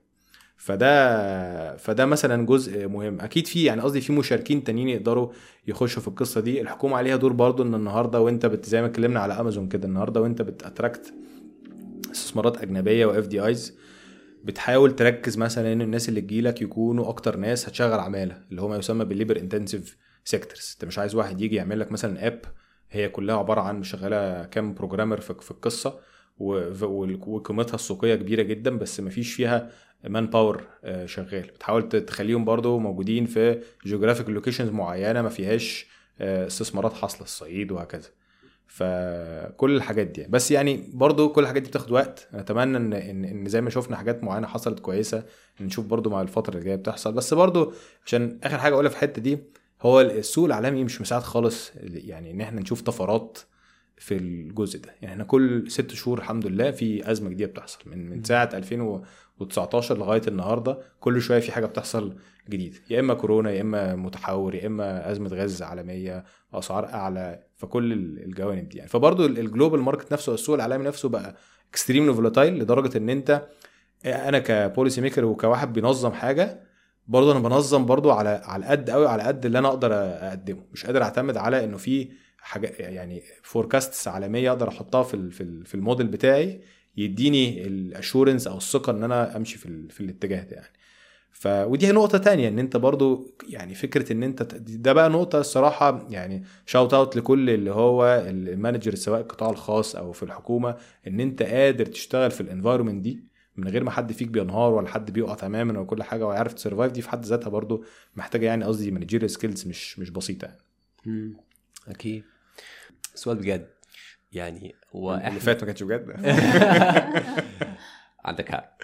فده فده مثلا جزء مهم. اكيد في يعني قصدي في مشاركين تانيين يقدروا يخشوا في القصه دي. الحكومه عليها دور برضو ان النهارده وانت بت زي ما اتكلمنا على امازون كده، النهارده وانت بتاتراكت استثمارات اجنبيه واف دي ايز بتحاول تركز مثلا ان الناس اللي تجيلك يكونوا اكتر ناس هتشغل عماله اللي هو ما يسمى بالليبر انتنسيف سيكتورز. انت مش عايز واحد يجي يعمل لك مثلا اب هي كلها عباره عن مشغله كام بروجرامر في القصه وقيمتها السوقيه كبيره جدا بس ما فيش فيها مان باور شغال. بتحاول تخليهم برضو موجودين في جيوغرافيك لوكيشنز معينه ما فيهاش استثمارات حاصله، الصعيد وهكذا. فكل الحاجات دي بس يعني برضو كل الحاجات دي بتاخد وقت. اتمنى ان ان, إن زي ما شفنا حاجات معينه حصلت كويسه نشوف برضو مع الفتره اللي جايه بتحصل. بس برضو عشان اخر حاجه اقولها في الحته دي، هو السوق العالمي مش مساعد خالص يعني ان احنا نشوف طفرات في الجزء ده. يعني احنا كل ست شهور الحمد لله في ازمه جديده بتحصل من من ساعه ألفين وتسعتاشر لغايه النهارده. كل شويه في حاجه بتحصل جديد، يا اما كورونا يا اما متحور يا اما ازمه غاز عالميه اسعار اعلى فكل الجوانب دي يعني. فبرضو الجلوبال ماركت نفسه السوق العالمي نفسه بقى اكستريملي فولاتايل لدرجه ان انت انا كبوليسي ميكر وكواحد بينظم حاجه برضو انا بنظم برضو على على قد قوي على قد اللي انا اقدر اقدمه. مش قادر اعتمد على انه في حاجه يعني فوركاستس عالميه اقدر احطها في في الموديل بتاعي يديني الاشورنس او الثقه ان انا امشي في في الاتجاه ده يعني. ف ودي نقطه تانية ان انت برضو يعني فكره ان انت ده بقى نقطه الصراحه يعني شاوت اوت لكل اللي هو المانجر سواء القطاع الخاص او في الحكومه ان انت قادر تشتغل في الانفايرمنت دي من غير ما حد فيك بينهار ولا حد بيقع تماما وكل حاجه ويعرف تسرفايف. دي في حد ذاتها برضو محتاجه يعني قصدي مانجيريال سكيلز مش مش بسيطه يعني. اكيد. سؤال بجد، يعني اللي واحنا فات ما كانش بجد. عندك حق.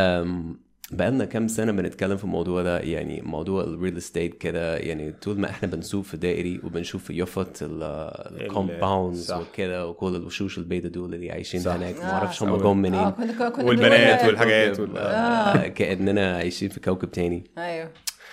أم، بقالنا كام سنة بنتكلم في الموضوع ده، يعني موضوع الريل استيت كده، يعني طول ما احنا بنسوق في دائري وبنشوف في يافط الكومباوندز صح. وكده وكل الوشوش البيضة دول اللي عايشين صح. هناك، ما آه، اعرفش صح. هم أول- جم اه منين. كنا كنا كنا والبنات بنقول- والحاجات كوكب، وال- آه، كأننا عايشين في كوكب تاني. ايوه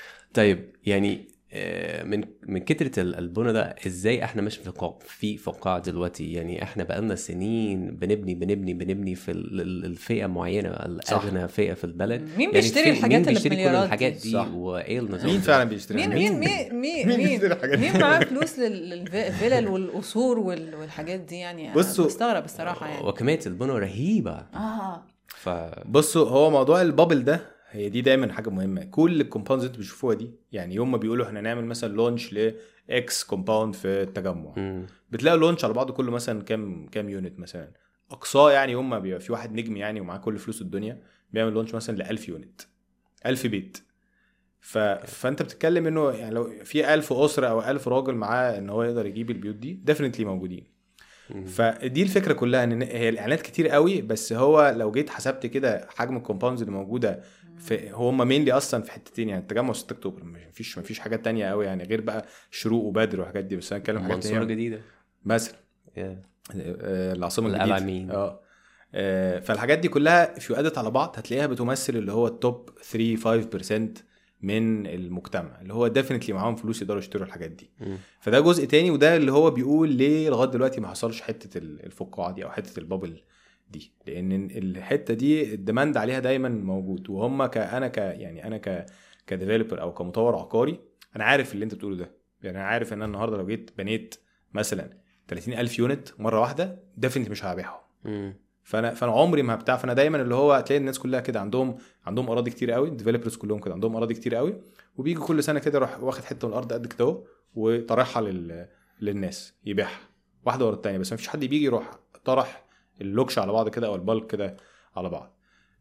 طيب يعني آه، من من كترة ال- البنا ده، ازاي احنا مش في قاع في فقاعة دلوقتي؟ يعني احنا بقالنا سنين بنبني بنبني بنبني في ال- ال- الفئة معينة، الأغنى فئة في البلد. مين يعني بيشتري في- الحاجات مين اللي بيشتري كل بمليارات الحاجات دي؟ دي؟ صح. وايه النظام مين ده؟ فعلا بيشتري مين الحاجات مين دي؟ مين مين مين مين بيشتري الحاجات دي؟ مين معاه فلوس للفلل والقصور وال- والحاجات دي؟ يعني أنا بصوا- بستغرب الصراحه يعني. وكمية البنا رهيبة. اه ف بصوا، هو موضوع البابل ده هي دي دايما حاجه مهمه. كل الكومباوندز اللي بتشوفوها دي، يعني يوم ما بيقولوا احنا نعمل مثلا لونش لاكس كومباوند في التجمع، مم. بتلاقوا لونش على بعضه كله مثلا كام كام يونت مثلا اقصاه. يعني يوم ما بيبقى في واحد نجم يعني ومعاه كل فلوس الدنيا بيعمل لونش مثلا ل ألف يونت، ألف بيت. ف... فانت بتتكلم انه يعني لو في ألف اسره او ألف راجل معاه ان هو يقدر يجيب البيوت دي، ديفينتلي موجودين. فدي الفكره كلها، ان هي الاعلانات كتير قوي، بس هو لو جيت حسبت كده حجم الكومباوندز اللي موجوده في، هم مينلي اصلا في حتتين، يعني التجمع ستة اكتوبر، مفيش مفيش حاجات تانية قوي يعني غير بقى شروق وبدر والحاجات دي. بس انا اتكلم حاجات منصورة تانية جديدة مثلا، yeah. آه، العاصمه القلعة الجديده. مين؟ اه آه، فالحاجات دي كلها في قعدت على بعض هتلاقيها بتمثل اللي هو التوب ثلاثة خمسة بالمية من المجتمع، اللي هو ديفينتلي معاهم فلوس يقدروا يشتروا الحاجات دي. مم. فده جزء تاني، وده اللي هو بيقول ليه لغايه دلوقتي ما حصلش حته الفقاعه دي او حته البابل دي، لان الحته دي الديماند عليها دايما موجود. وهم كانا ك يعني انا ك كديفلوبر او كمطور عقاري، انا عارف اللي انت بتقوله ده. يعني انا عارف ان انا النهارده لو جيت بنيت مثلا ثلاثين ألف يونت مره واحده، ديفينتلي مش هبيعهم. مم. فانا فانا عمري ما بتاع. فانا دايما اللي هو هتلاقي الناس كلها كده عندهم عندهم اراضي كتير قوي، الديفلوبرز كلهم كده عندهم اراضي كتير قوي، وبيجي كل سنه كده يروح واخد حته من الارض قد كده وطرحها لل... للناس يبيعها واحده ورا الثانيه. بس ما فيش حد بيجي يروح طرح اللوكش على بعض كده او البالك كده على بعض.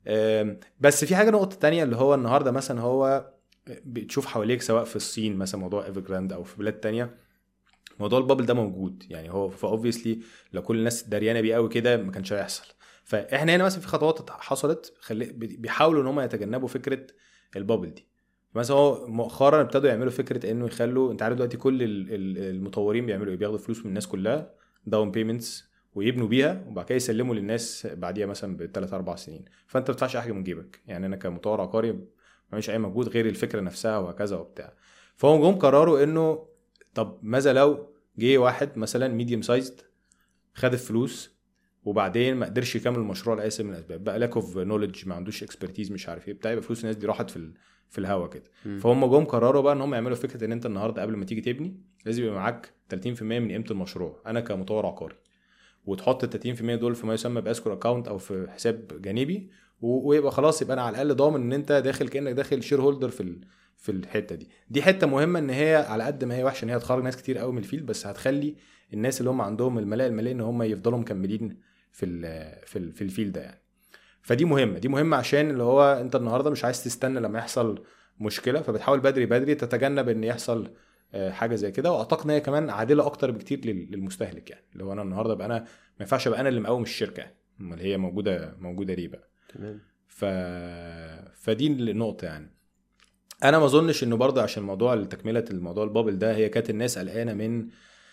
بس في حاجه نقطه تانية، اللي هو النهارده مثلا هو بتشوف حواليك سواء في الصين مثلا موضوع ايفرجراند او في بلاد تانية، موضوع البابل ده موجود. يعني هو فاوبفيسلي لو كل الناس دريانه بيه قوي كده ما كانش هيحصل. فاحنا هنا مثلا في خطوات حصلت خلي بيحاولوا ان هم يتجنبوا فكره البابل دي. مثلا هو مؤخرا ابتدوا يعملوا فكره انه يخلوا، انت عارف دلوقتي كل المطورين بيعملوا ايه، بياخدوا فلوس من الناس كلها داون بيمنتس ويبنوا بيها، وبعد كده يسلموا للناس بعديها مثلا بثلاث اربع سنين. فانت ما بتدفعش حاجه من جيبك. يعني انا كمطور عقاري ما بعملش اي مجهود غير الفكره نفسها وهكذا وبتاع. فهم جم قرروا انه طب ماذا لو جه واحد مثلا ميديوم سايزد خد الفلوس وبعدين ما قدرش يكمل المشروع لاي سبب من الاسباب، بقى لاك اوف نوليدج، ما عندوش اكسبرتيز، مش عارف ايه بتاع، يبقى فلوس الناس دي راحت في ال... في الهوا كده. فهم جم قرروا بقى ان هم يعملوا فكره ان انت النهارده قبل ما تيجي تبني لازم يبقى معاك ثلاثين بالمية من قيمه المشروع انا كمطور عقاري، وتحط ال ثلاثين بالمية دول في ما يسمى باسكور اكاونت او في حساب جانبي، و... ويبقى خلاص يبقى انا على الاقل ضامن ان انت داخل كانك داخل شير هولدر في ال... في الحته دي. دي حته مهمه، ان هي على قد ما هي وحشه ان هي هتخرج ناس كتير قوي من الفيلد، بس هتخلي الناس اللي هم عندهم الملاءه الماليه ان هم يفضلوا مكملين في ال في ال في الفيلد ده يعني. فدي مهمه، دي مهمه عشان اللي هو انت النهارده مش عايز تستنى لما يحصل مشكله، فبتحاول بدري بدري تتجنب ان يحصل حاجه زي كده. واعتقد ان هي كمان عادله اكتر بكتير للمستهلك. يعني اللي هو انا النهارده بقى انا ما ينفعش ابقى انا اللي مقوم الشركه، امال هي موجوده موجوده ليه بقى؟ تمام. ف فدي النقطه. يعني انا ما اظنش انه برضه عشان موضوع تكمله الموضوع البابل ده، هي كانت الناس قلقانه من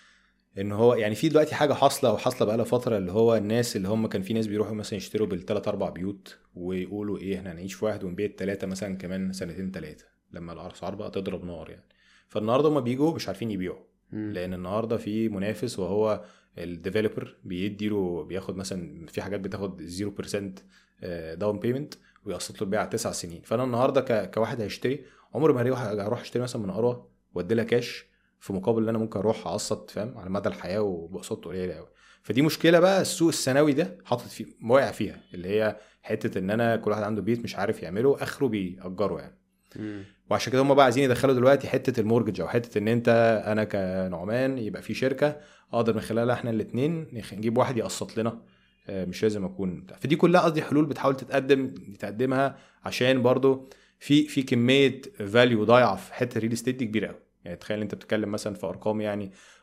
ان هو يعني في دلوقتي حاجه حاصله وحاصله بقى لها فتره، اللي هو الناس اللي هم كان في ناس بيروحوا مثلا يشتروا بالثلاث اربع بيوت ويقولوا ايه احنا هنعيش في واحد ونبيع الثلاثه مثلا كمان سنتين ثلاثه لما الاسعار بقى تضرب نار يعني. فالنهارده هم بيجوا مش عارفين يبيعوا، لان النهارده في منافس وهو الديفلوبر بيدي له بياخد مثلا في حاجات بتاخد صفر بالمية داون بيمنت ويقسط له البيع تسع سنين. فانا النهارده كواحد هيشتري عمر ما هروح اشتري مثلا من اروى وادي لها كاش في مقابل ان انا ممكن اروح اقسط فاهم على مدى الحياه وبقسط قليله قوي. فدي مشكله بقى السوق الثانوي ده حاطط فيه واقع فيها، اللي هي حته ان انا كل واحد عنده بيت مش عارف يعمله اخره بيأجره يعني. مم. وعشان كده هم بقى عايزين يدخلوا دلوقتي حته المورجج او حته ان انت انا كنعمان يبقى في شركه اقدر من خلالها احنا الاثنين نجيب واحد يقسط لنا، مش لازم اكون. فدي كلها قصدي حلول بتحاول تتقدم تقدمها عشان برضو في في كميه فاليو ضايعه في حته الريل استيت دي كبيره قوي. يعني تخيل انت بتتكلم مثلا في ارقام يعني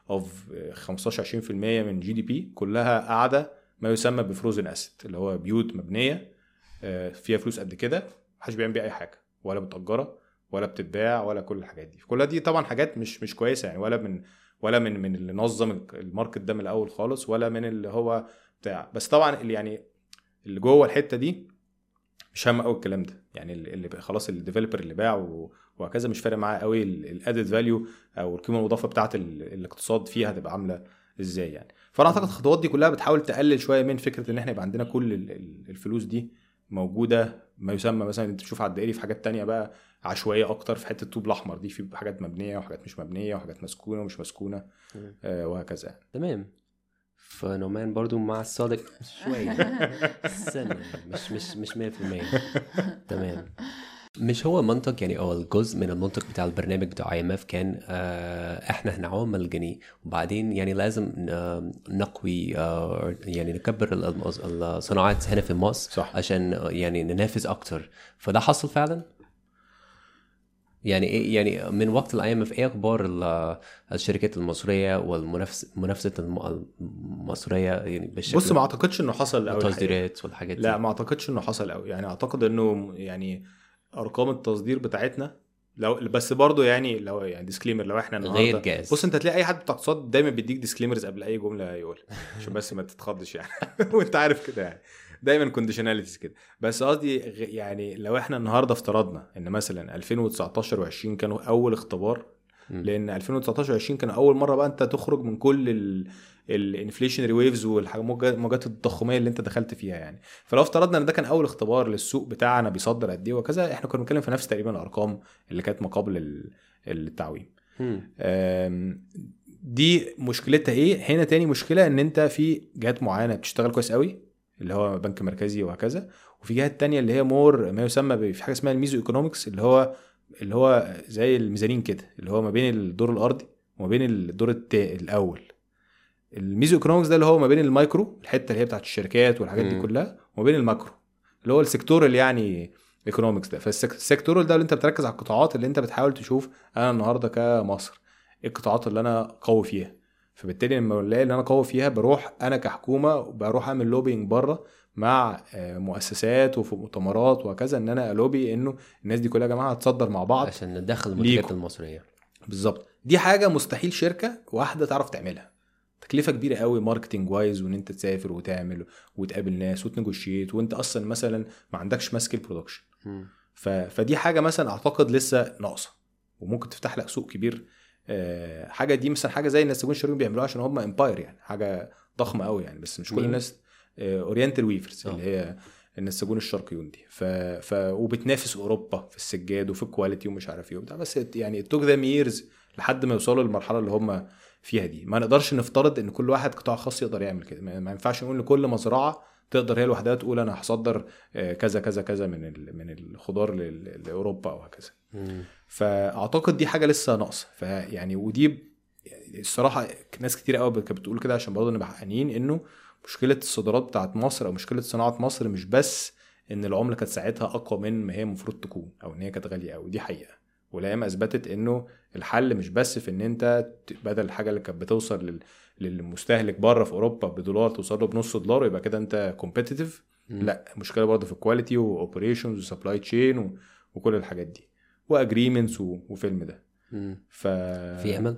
اوف خمستاشر عشرين في المية من جي دي بي كلها قاعده ما يسمى بفروزن اسيت، اللي هو بيوت مبنيه فيها فلوس قد كده محدش بيعمل بيها اي حاجه، ولا متأجره ولا بتتباع ولا كل الحاجات دي. كلها دي طبعا حاجات مش مش كويسه يعني، ولا من ولا من من اللي نظم الماركت ده من الاول خالص، ولا من اللي هو بتاع. بس طبعا اللي يعني اللي جوه الحته دي مش هم قوي الكلام ده يعني، اللي خلاص الديفلوبر اللي باع وهكذا مش فارق معاه قوي الادد فاليو او القيمه المضافه بتاعه الاقتصاد فيها هتبقى عامله ازاي يعني. فانا اعتقد الخطوات دي كلها بتحاول تقلل شويه من فكره ان احنا يبقى عندنا كل الفلوس دي موجوده ما يسمى مثلا انت تشوف على الدائري في حاجات تانية بقى عشوائيه اكتر، في حته الطوب الاحمر دي في حاجات مبنيه وحاجات مش مبنيه وحاجات مسكونه ومش مسكونه آه وهكذا. تمام. فنومان برضو مع الصادق شويه سنة مش مش مش مية في المية. تمام. مش هو منطق يعني او الجزء من المنطق بتاع البرنامج بتاع اي ام اف كان آه احنا هنعوم الجنيه وبعدين يعني لازم نقوي آه يعني نكبر الصناعات هنا في مصر صح. عشان يعني ننافس اكتر. فده حصل فعلا يعني ايه يعني من وقت الاي ام اف ايه اخبار الشركات المصريه والمنافسه منافسه المصريه يعني بالشكل؟ بص ما اعتقدش انه حصل قوي التصديرات والحاجات دي. لا ما اعتقدش انه حصل قوي يعني. اعتقد انه يعني ارقام التصدير بتاعتنا لو بس برضو يعني لو يعني ديسكليمر لو احنا غير جاز. بص انت تلاقي اي حد بتاع اقتصاد دايما بيديك ديسكليمرز قبل اي جمله يقول عشان بس ما تتخضش يعني وانت عارف كده يعني دايما كونديشناليتيز كده. بس قصدي يعني لو احنا النهارده افترضنا ان مثلا ألفين وتسعتاشر وعشرين كانوا اول اختبار، لان ألفين وتسعتاشر وعشرين كانوا اول مره بقى انت تخرج من كل الانفليشنري ويفز والموجات التضخميه اللي انت دخلت فيها يعني. فلو افترضنا ان ده كان اول اختبار للسوق بتاعنا بيصدر قد ايه وكذا، احنا كنا بنتكلم في نفس تقريبا الارقام اللي كانت ما قبل التعويم. دي مشكلتها ايه هنا؟ تاني مشكله ان انت في جهات معينه بتشتغل كويس قوي اللي هو بنك مركزي وهكذا، وفي جهات تانية اللي هي مور ما يسمى في حاجه اسمها الميزو ايكونومكس اللي هو اللي هو زي الميزانين كده اللي هو ما بين الدور الارضي وما بين الدور الاول. الميزو ايكونومكس ده اللي هو ما بين المايكرو الحته اللي هي بتاعت الشركات والحاجات دي كلها وما بين الماكرو اللي هو السيكتورال يعني ايكونومكس ده. فالسيكتورال ده اللي انت بتركز على القطاعات اللي انت بتحاول تشوف انا النهارده كمصر ايه القطاعات اللي انا قوي فيها، فبالتالي لما الاقي ان انا قوي فيها بروح انا كحكومه بروح اعمل لوبينج بره مع مؤسسات وفي مؤتمرات وهكذا ان انا الوبي انه الناس دي كلها يا جماعه هتصدر مع بعض عشان ندخل المنتجات المصريه. بالظبط. دي حاجه مستحيل شركه واحده تعرف تعملها، تكلفه كبيره قوي ماركتنج وايز، وان انت تسافر وتعمل وتقابل ناس وتنيجوشيت وانت اصلا مثلا ما عندكش ماسك البرودكشن. فدي حاجه مثلا اعتقد لسه ناقصه وممكن تفتح لك سوق كبير. حاجه دي مثلا حاجه زي النساجون الشرقيون بيعملوها عشان هم امباير يعني حاجه ضخمه قوي يعني، بس مش كل الناس اورينتال ويفرز اللي هي النساجون الشرقيون دي ف... ف وبتنافس اوروبا في السجاد وفي الكواليتي ومش عارف ايه وبتاع، بس يعني توك ذا ميرز لحد ما يوصلوا للمرحله اللي هم فيها دي. ما نقدرش نفترض ان كل واحد قطاع خاص يقدر يعمل كده، ما ينفعش نقول لكل مزرعه تقدر هي لوحدها تقول انا هصدر كذا كذا كذا من ال... من الخضار لاوروبا او هكذا. فاعتقد دي حاجه لسه ناقصه. فيعني ودي الصراحه ناس كتير قوي كانت بتقول كده عشان برضه نبقى حقانيين انه مشكله الصادرات بتاعت مصر او مشكله صناعه مصر مش بس ان العمله كانت ساعتها اقوى من ما هي المفروض تكون او ان هي كانت غاليه قوي، دي حقيقه. والايام اثبتت انه الحل مش بس في ان انت بدل الحاجه اللي كانت بتوصل لل... للمستهلك بره في اوروبا بدولار توصل له بنص دولار ويبقى كده انت كومبيتيتيف. لا، المشكله برضه في الكواليتي واوبريشنز وسبلاي تشين و... وكل الحاجات دي واجريمنتس و... وفيلم ده. ف في امل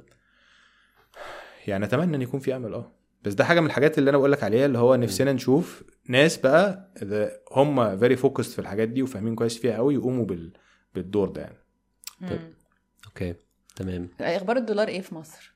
يعني اتمنى ان يكون في امل اه بس ده حاجه من الحاجات اللي انا بقول لك عليها اللي هو نفسنا نشوف ناس بقى هم فيري فوكسد في الحاجات دي وفاهمين كويس فيها قوي يقوموا بال... بالدور ده يعني. طيب. اوكي تمام. اخبار الدولار ايه في مصر؟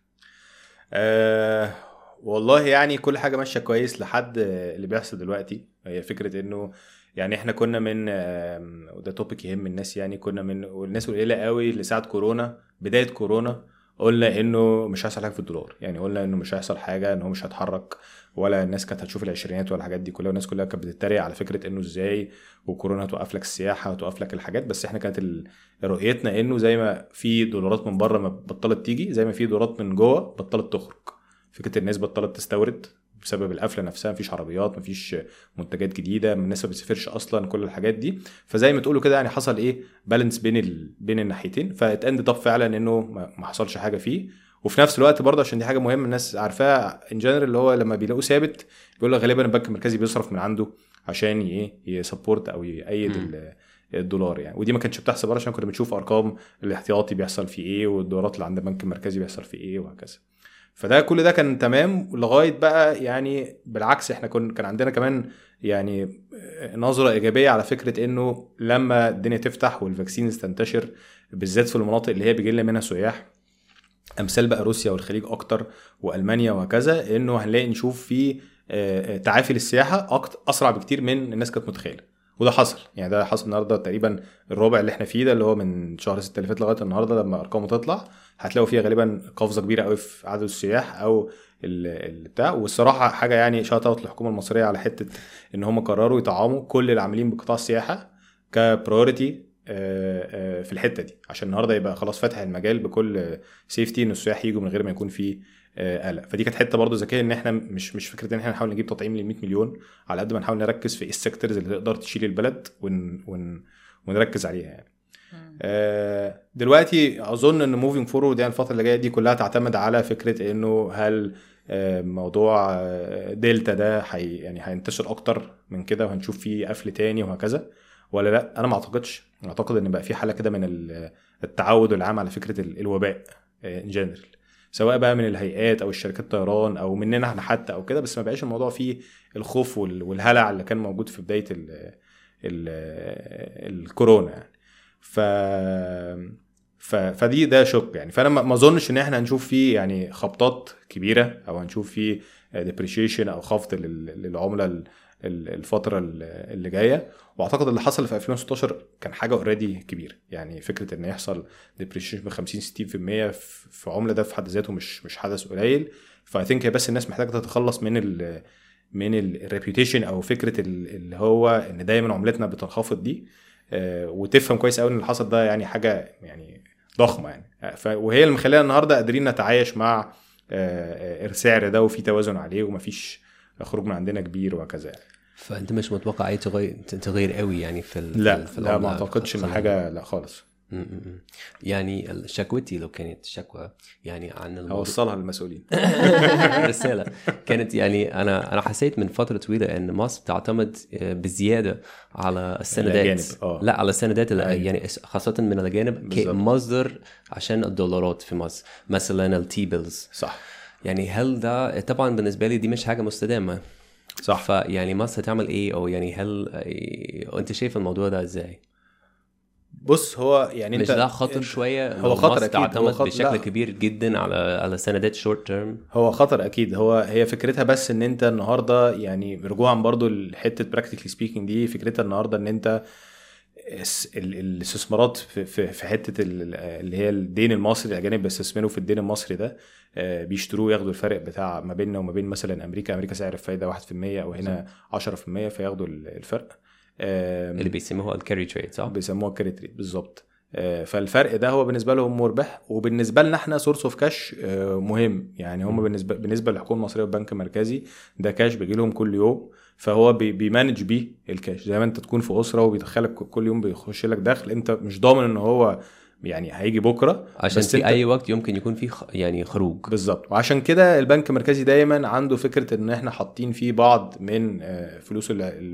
آه والله يعني كل حاجه ماشيه كويس لحد اللي بيحصل دلوقتي. هي فكره انه يعني احنا كنا من وده توبيك يهم الناس يعني كنا من والناس قليله قوي لساعه كورونا بدايه كورونا قلنا انه مش هيحصل حاجه في الدولار، يعني قلنا انه مش هيحصل حاجه، انه مش هيتحرك ولا الناس كانت هتشوف العشرينات ولا الحاجات دي كلها. والناس كلها كانت بتتريق على فكره انه ازاي وكورونا هتوقف لك السياحه وتوقف لك الحاجات. بس احنا كانت رؤيتنا انه زي ما في دولارات من بره ما بطلت تيجي زي ما في دولارات من جوه بطلت تخرج. فكره الناس بطلت تستورد بسبب القفله نفسها، مفيش عربيات مفيش منتجات جديده، الناس ما بتسافرش اصلا، كل الحاجات دي. فزي ما تقولوا كده يعني حصل ايه بالانس بين ال... بين الناحيتين. فاتاند طب فعلا انه ما حصلش حاجه فيه وفي نفس الوقت برضه عشان دي حاجه مهمه الناس عارفاها ان جنرال، اللي هو لما بيلاقوا ثابت بيقول لك غالبا البنك المركزي بيصرف من عنده عشان ايه يسبورت او يأيد الدولار يعني. ودي ما كانتش بتحصل عشان كنا بنشوف ارقام الاحتياطي بيحصل فيه ايه والدولارات اللي عند البنك المركزي بيحصل فيه ايه وهكذا. فده كل ده كان تمام لغايه بقى يعني بالعكس احنا كنا كان عندنا كمان يعني نظره ايجابيه على فكره انه لما الدنيا تفتح والفاكسينز تنتشر بالذات في المناطق اللي هي بيجي لنا منها سياح امثال بقى روسيا والخليج اكتر والمانيا وهكذا، انه هنلاقي نشوف في تعافي للسياحه اكتر اسرع بكتير من الناس كانت متخيله. وده حصل يعني، ده حصل النهارده تقريبا الربع اللي احنا فيه ده اللي هو من شهر ستة اللي فات لغايه النهارده لما ارقامه تطلع هتلاقوا فيها غالبا قفزه كبيره قوي في عدد السياح او البتاع. والصراحه حاجه يعني شاطه الحكومه المصريه على حته ان هم قرروا يطعموا كل العاملين بقطاع السياحه كبرايورتي في الحته دي عشان النهارده يبقى خلاص فاتح المجال بكل سيفتي ان السياح يجوا من غير ما يكون فيه قلق. فدي كانت حته برضو ذكيه ان احنا مش مش فكره ان احنا نحاول نجيب تطعيم ل مية مليون على قد ما نحاول نركز في السيكتورز اللي تقدر تشيل البلد ون ون ونركز عليها يعني. آه دلوقتي اظن ان موفينج فورورد يعني الفتره اللي جايه دي كلها تعتمد على فكره انه هل آه موضوع دلتا ده حي يعني هينتشر اكتر من كده وهنشوف فيه قفل تاني وهكذا ولا لا. انا ما اعتقدش، اعتقد ان بقى في حاله كده من التعود العام على فكره الوباء ان جنرال، سواء بقى من الهيئات او الشركات الطيران او مننا احنا حتى او كده، بس ما بقاش الموضوع فيه الخوف والهلع اللي كان موجود في بدايه ال ال الكورونا يعني. ف ف فدي ده شك يعني. فانا ما اظنش ان احنا هنشوف فيه يعني خبطات كبيره او هنشوف فيه ديبريشيشن او خفض للعمله الفتره اللي جايه. واعتقد اللي حصل في ألفين وستاشر كان حاجه اوريدي كبيره يعني، فكره ان يحصل ديبريشيشن ب خمسين ستين بالمية في عمله ده في حد ذاته مش مش حدث قليل. فاي ثينك بس الناس محتاجه تتخلص من ال من الريبيوتيشن او فكره اللي هو ان دايما عملتنا بتنخفض دي، وتفهم كويس قوي ان اللي حصل ده يعني حاجه يعني ضخمه يعني. وهي اللي مخلينا النهارده قادرين نتعايش مع السعر ده وفي توازن عليه ومفيش خروج من عندنا كبير وهكذا يعني. فانت مش متوقع اي تغير تغير قوي يعني في لا في لا ما اعتقدش ان حاجه لا خالص. م-م. يعني شكوتي لو كانت شكوى يعني عن الموضوع اوصلها للمسؤولين رساله كانت يعني انا انا حسيت من فتره طويله ان مصر تعتمد بزياده على السندات آه. لا على السندات يعني خاصه من الاجانب كمصدر عشان الدولارات في مصر، مثلا التي بيلز صح. يعني هل ده طبعا بالنسبه لي دي مش حاجه مستدامه صح. فيعني مصر تعمل ايه او يعني هل انت شايف الموضوع ده ازاي؟ بص هو يعني مش انت ده خطر شويه؟ هو خطر اكيد، تعتمد خطر بشكل لا. كبير جدا على على سندات شورت تيرم. هو خطر اكيد. هو هي فكرتها بس ان انت النهارده يعني رجوعا برضو لحته براكتيكلي سبيكينج دي فكرتها النهارده ان انت الاستثمارات في في في حته اللي هي الدين المصري، الاجانب بيستثمروا في الدين المصري ده بيشتروه ياخدوا الفرق بتاع ما بيننا وما بين مثلا امريكا. امريكا سعر الفايده واحد بالمية او هنا عشرة بالمية فياخدوا الفرق اللي بيسموها الكاري تريد صح؟ بيسموها الكاري تريد بالظبط. فالفرق ده هو بالنسبه لهم مربح وبالنسبه لنا احنا سورس اوف كاش مهم يعني. هم بالنسبه بالنسبه للحكومه المصريه والبنك المركزي ده كاش بيجي لهم كل يوم، فهو بيمانج بيه الكاش زي ما انت تكون في اسره وبيدخلك كل يوم بيخش لك دخل انت مش ضامن ان هو يعني هيجي بكره عشان بس في اي وقت يمكن يكون فيه يعني خروج بالظبط. وعشان كده البنك المركزي دايما عنده فكره ان احنا حاطين فيه بعض من فلوس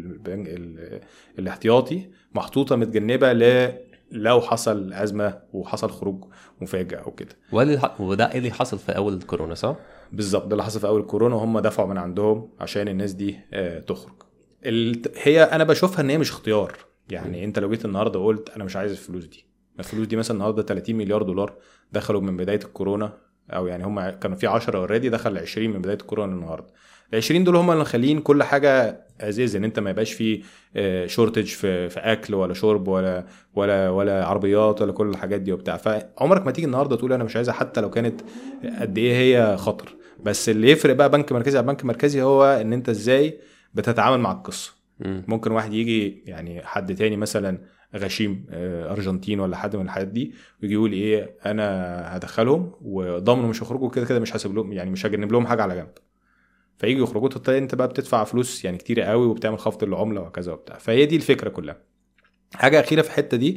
الاحتياطي محطوطه متجنبه ل لو حصل أزمة وحصل خروج مفاجئ أو كده. وده اللي حصل في أول الكورونا صح؟ بالظبط ده اللي حصل في أول الكورونا وهم دفعوا من عندهم عشان الناس دي تخرج. هي أنا بشوفها إن هي مش اختيار يعني. م. أنت لو جيت النهاردة وقلت أنا مش عايز الفلوس دي، الفلوس دي مثلا النهاردة ثلاثين مليار دولار دخلوا من بداية الكورونا، أو يعني هم كانوا في عشرة أوريدي دخل عشرين من بداية الكورونا النهاردة. العشرين دول هم اللي مخلين كل حاجة عزيز ان انت ما يبقاش فيه شورتج في في اكل ولا شرب ولا ولا ولا عربيات ولا كل الحاجات دي وبتاع. فعمرك ما تيجي النهارده تقول انا مش عايزها حتى لو كانت قد ايه هي خطر. بس اللي يفرق بقى بنك مركزي على بنك مركزي هو ان انت ازاي بتتعامل مع القصه. ممكن واحد يجي يعني حد تاني مثلا غشيم ارجنتين ولا حد من الحاجات دي ويجي يقول ايه انا هدخلهم وضامنه مش هيخرجوا كده كده مش هسيب لهم يعني مش هجنب لهم حاجه على جنب، فيجي يخرجوا تطلع انت بقى بتدفع فلوس يعني كتير قوي وبتعمل خفض العمله وكذا وبتاع. فهي دي الفكره كلها. حاجه اخيره في الحته دي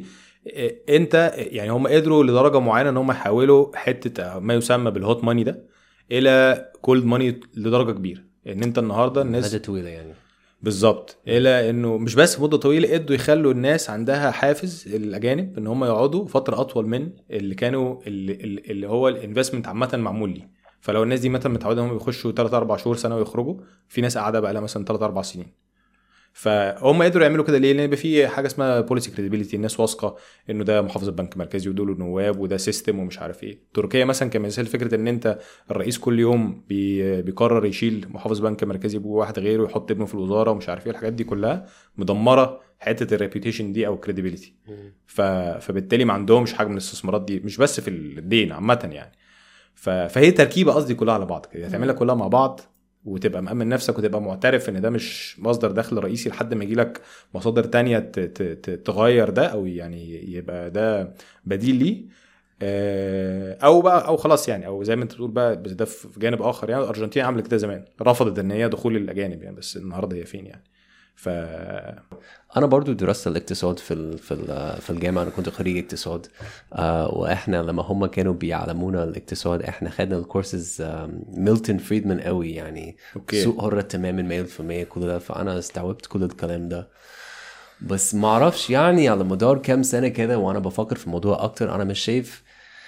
انت يعني هم قدروا لدرجه معينه ان هم يحولوا حته ما يسمى بالهوت ماني ده الى كولد ماني لدرجه كبيره، ان انت النهارده الناس مدة طويلة يعني بالظبط، الى انه مش بس مده طويله قدروا يخلوا الناس عندها حافز الاجانب ان هم يقعدوا فتره اطول من اللي كانوا اللي, اللي هو الانفستمنت عامه معمول ليه. فلو الناس دي مثلا متعوده ان هم بيخشوا ثلاثة أربعة شهور سنه ويخرجوا، في ناس قاعده بقى لها مثلا ثلاثة أربعة سنين. فهم قدروا يعملوا كده ليه؟ لان يبقى في حاجه اسمها بوليسي كريديبيليتي، الناس واثقه انه ده محافظ البنك المركزي ودول نواب وده سيستم ومش عارف ايه. تركيا مثلا كمثال، فكره ان انت الرئيس كل يوم بي بيقرر يشيل محافظ بنك مركزي بواحد غيره ويحط ابنه في الوزاره ومش عارف ايه، الحاجات دي كلها مدمره حته الريبيوتيشن دي او كريديبيليتي. ف... فبالتالي ما عندهمش حاجه من الاستثمارات دي، مش بس في الدين عامه يعني. ف... فهي تركيبه قصدي كلها على بعض كده، تعملها كلها مع بعض وتبقى مأمن نفسك وتبقى معترف ان ده مش مصدر دخل رئيسي لحد ما يجيلك مصادر تانية تغير ده او يعني يبقى ده بديل ليه، او بقى او خلاص يعني، او زي ما انت بتقول بقى بس ده في جانب اخر يعني. الارجنتين عملت كده زمان، رفضت ان هي دخول الاجانب يعني، بس النهارده هي فين يعني. ف انا برضو درست الاقتصاد في ال في ال في الجامعه، انا كنت خريج اقتصاد. آه واحنا لما هم كانوا بيعلمونا الاقتصاد احنا خدنا الكورسز آه ميلتون فريدمان قوي يعني. أوكي. سوق حر تماما مية في المية كل ده، فانا استوعبت كل الكلام ده. بس ما اعرفش يعني على مدار كام سنه كده وانا بفكر في الموضوع اكتر، انا مش شايف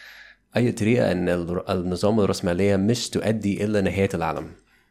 اي طريقه ان النظام الرأسمالية مش تؤدي الى نهايه العالم.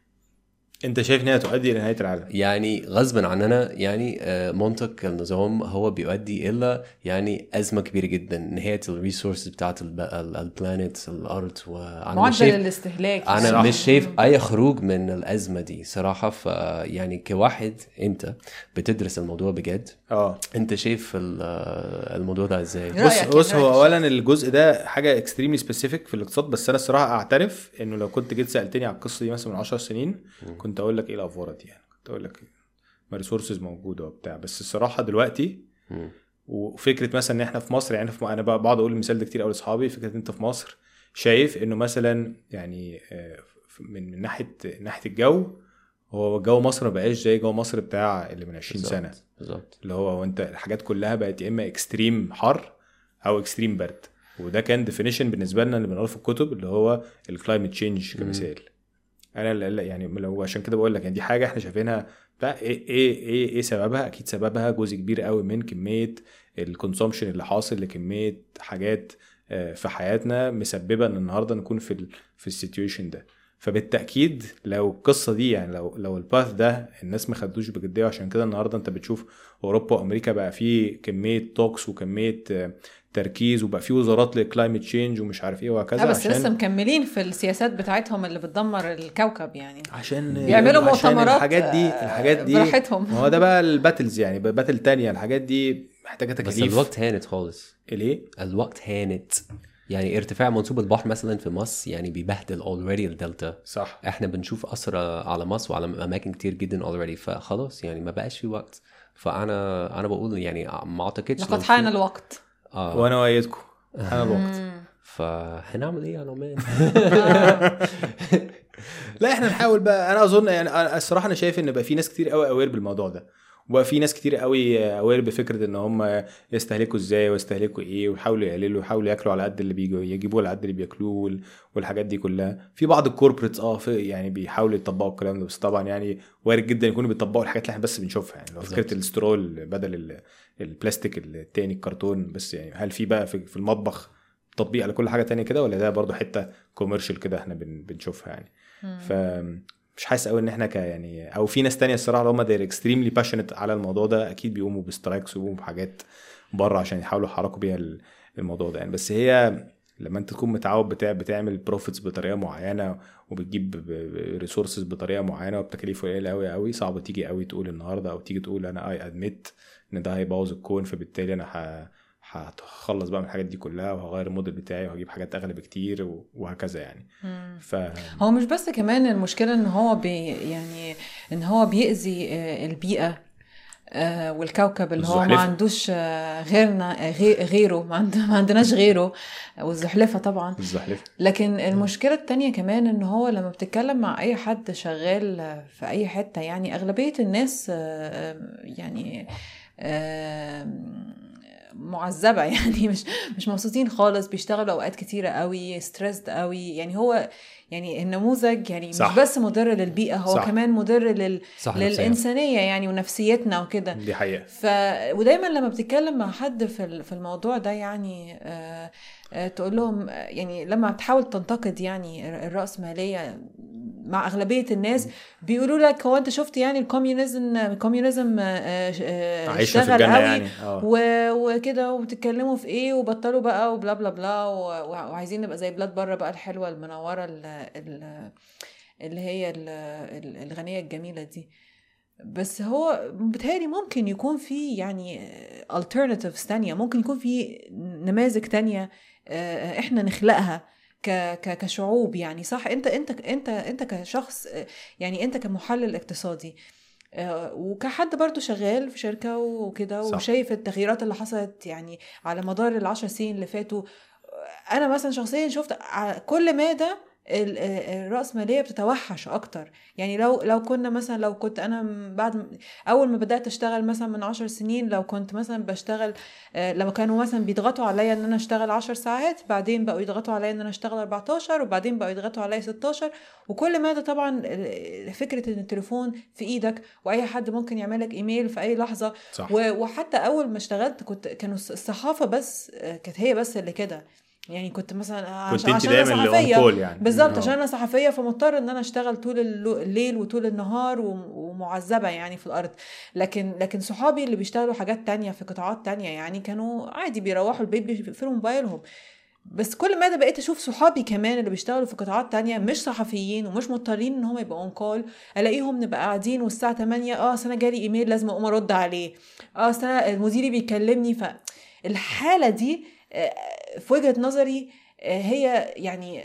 انت شايف انها تؤدي الى نهايه العالم؟ يعني غصبا عننا يعني منطق النظام هو بيؤدي الى يعني ازمه كبيره جدا، نهايه الريسورس بتاعت البلانيت الارض. وانا مش شايف الاستهلاك انا صح. مش شايف اي خروج من الازمه دي صراحه. فيعني كواحد انت بتدرس الموضوع بجد، اه انت شايف الموضوع ده ازاي؟ بص بص هو اولا الجزء ده حاجه اكستريملي سبيسيفيك في الاقتصاد، بس انا الصراحه اعترف انه لو كنت جيت سالتني على القصه دي مثلا من عشر سنين كنت اقول لك ايه الافوره دي يعني، كنت اقول لك ما ريسورسز موجوده وبتاع. بس الصراحه دلوقتي م. وفكره مثلا ان احنا في مصر يعني، في انا بقعد اقول المثال ده كتير قوي لاصحابي، فكره انت في مصر شايف انه مثلا يعني من من ناحيه ناحيه الجو، هو جو مصر ما بقاش زي جو مصر بتاع اللي من عشرين سنه بالظبط. اللي هو وانت الحاجات كلها بقت يا اما اكستريم حر او اكستريم برد. وده كان ديفينيشن بالنسبه لنا اللي بنقراه في الكتب اللي هو الكلايمت تشينج كمثال. انا لا يعني لو عشان كده بقول لك يعني دي حاجه احنا شايفينها ايه ايه ايه ايه سببها. اكيد سببها جزء كبير قوي من كميه الكونسومشن اللي حاصل لكميه حاجات في حياتنا مسببه ان النهارده نكون في في السيتويشن ده. فبالتاكيد لو القصه دي يعني لو لو الباث ده الناس ما خدوش بجديه، عشان كده النهارده انت بتشوف اوروبا وامريكا بقى فيه كميه توكس وكميه تركيز وبقى فيه وزارات للكلايمت تشينج ومش عارف ايه وهكذا، بس عشان لسه مكملين في السياسات بتاعتهم اللي بتدمر الكوكب يعني، عشان بيعملوا مؤتمرات الحاجات دي الحاجات دي براحتهم. هو ده بقى الباتلز يعني، باتل تانية. الحاجات دي محتاجه تكاليف. بس الوقت هانت خالص. ليه الوقت هانت يعني ارتفاع منسوب البحر مثلا في مصر يعني بيبهدل already الدلتا. صح. احنا بنشوف اثر على مصر وعلى اماكن كتير جدا already، فخلاص يعني ما بقاش في وقت. فانا انا بقول يعني ما اعتقدش لقد حان الوقت. آه. وانا وايدكم حان الوقت. فهنعمل ايه يا نومان؟ لا احنا نحاول بقى. انا اظن يعني الصراحه انا شايف ان بقى في ناس كتير قوي اوير بالموضوع ده، وبقى في ناس كتير قوي اوير بفكره ان هم يستهلكوا ازاي ويستهلكوا ايه، ويحاولوا يقللوا ويحاولوا ياكلوا على قد اللي بيجوا يجيبوه على قد اللي بياكلوه والحاجات دي كلها. في بعض الكوربريتس اه يعني بيحاولوا يطبقوا الكلام ده، بس طبعا يعني وارد جدا يكونوا بيطبقوا الحاجات اللي احنا بس بنشوفها يعني. لو فكره السترول بدل البلاستيك التاني الكرتون بس، يعني هل في بقى في المطبخ تطبيق على كل حاجه تانية كده، ولا ده برضو حته كوميرشال كده احنا بنشوفها يعني؟ ف مش حاسس قوي ان احنا ك يعني او في ناس تانية الصراحه اللي هم داير اكستريملي باشنت على الموضوع ده اكيد بيقوموا بسترايكس وبيقوموا بحاجات بره عشان يحاولوا يحركوا بيها الموضوع ده يعني. بس هي لما انت تكون متعود بتاع بتعمل بروفيتس بطريقه معينه وبتجيب ريسورسز بطريقه معينه وبتكاليف قليله قوي قوي، صعب تيجي قوي تقول النهارده او تيجي تقول انا اي ادميت ان ده هيبوظ الكون، فبالتالي انا ه... هتخلص بقى من الحاجات دي كلها وهغير الموديل بتاعي وهجيب حاجات اغلى بكتير وهكذا يعني. ف... هو مش بس كمان المشكله ان هو بي يعني ان هو بيأذي البيئه والكوكب اللي هو ما عندوش غيرنا غيره ما عندناش غيره، والزحلفه طبعا الزحلفه. لكن المشكله التانية كمان ان هو لما بتتكلم مع اي حد شغال في اي حته يعني اغلبيه الناس يعني معذبه يعني مش مش مبسوطين خالص، بيشتغلوا اوقات كتيره قوي، ستريسد قوي. يعني هو يعني النموذج يعني صح. مش بس مضر للبيئه، هو صح. كمان مضر لل... للانسانيه يعني ونفسيتنا وكده. دي حقيقه. ف ودايما لما بتتكلم مع حد في في الموضوع ده يعني آه آه تقول لهم يعني لما تحاول تنتقد يعني الرأسمالية مع أغلبية الناس بيقولوا لك هو أنت شفت يعني الكوميونيزم الكوميونيزم اشتغل قوي يعني. وكده وبتتكلموا في إيه وبطلوا بقى وبلا بلا بلا وعايزين نبقى زي بلاد بره بقى الحلوة المنورة اللي هي الغنية الجميلة دي. بس هو بتهيألي ممكن يكون في يعني alternatives تانية، ممكن يكون في نماذج تانية احنا نخلقها كشعوب يعني. صح، انت انت انت انت كشخص يعني، انت كمحلل اقتصادي وكحد برضو شغال في شركة وكده وشايف التغييرات اللي حصلت يعني على مدار العشر سنين اللي فاتوا. انا مثلا شخصيا شفت كل مادة الرأسمالية بتتوحش أكتر. يعني لو لو كنا مثلا لو كنت أنا بعد أول ما بدأت أشتغل مثلا من عشر سنين، لو كنت مثلا بشتغل لما كانوا مثلا بيضغطوا عليا إن أنا أشتغل عشر ساعات، بعدين بقوا يضغطوا عليا إن أنا أشتغل أربعتاشر، وبعدين بقوا يضغطوا عليا ستاشر. وكل ما ده طبعا فكرة إن التليفون في إيدك وأي حد ممكن يعملك إيميل في أي لحظة. صح. وحتى أول ما اشتغلت كنت كانوا الصحافة بس كانت هي بس اللي كده يعني. كنت مثلا عشان, عشان انا صحفيه يعني. بالظبط عشان انا صحفيه فمضطر ان انا اشتغل طول الليل وطول النهار ومعذبه يعني في الارض. لكن لكن صحابي اللي بيشتغلوا حاجات تانية في قطاعات تانية يعني كانوا عادي بيروحوا البيت بيقفلوا موبايلهم. بس كل ما ده بقيت اشوف صحابي كمان اللي بيشتغلوا في قطاعات تانية مش صحفيين ومش مضطرين ان هم يبقوا اون كول، الاقيهم نبقى قاعدين والساعه تمانية اه سنه جالي ايميل لازم اقوم ارد عليه، اه سنه المديري بيكلمني. فالحاله دي في وجهة نظري هي يعني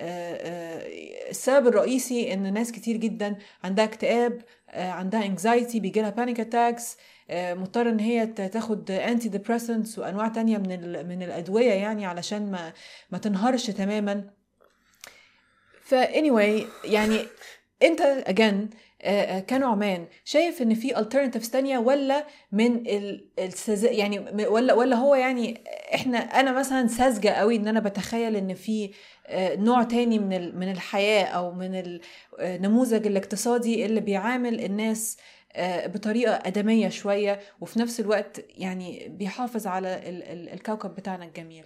السبب الرئيسي ان ناس كتير جدا عندها اكتئاب، عندها anxiety، بيجي لها panic attacks، مضطر ان هي تاخد anti depressants وانواع تانية من من الادوية يعني علشان ما ما تنهارش تماما. ف anyway يعني انت again كنعمان شايف ان في alternatives تانية ولا من السز... يعني ولا ولا هو يعني احنا انا مثلا ساذجه قوي ان انا بتخيل ان في نوع تاني من من الحياه او من النموذج الاقتصادي اللي بيعامل الناس بطريقه ادميه شويه وفي نفس الوقت يعني بيحافظ على الكوكب بتاعنا الجميل.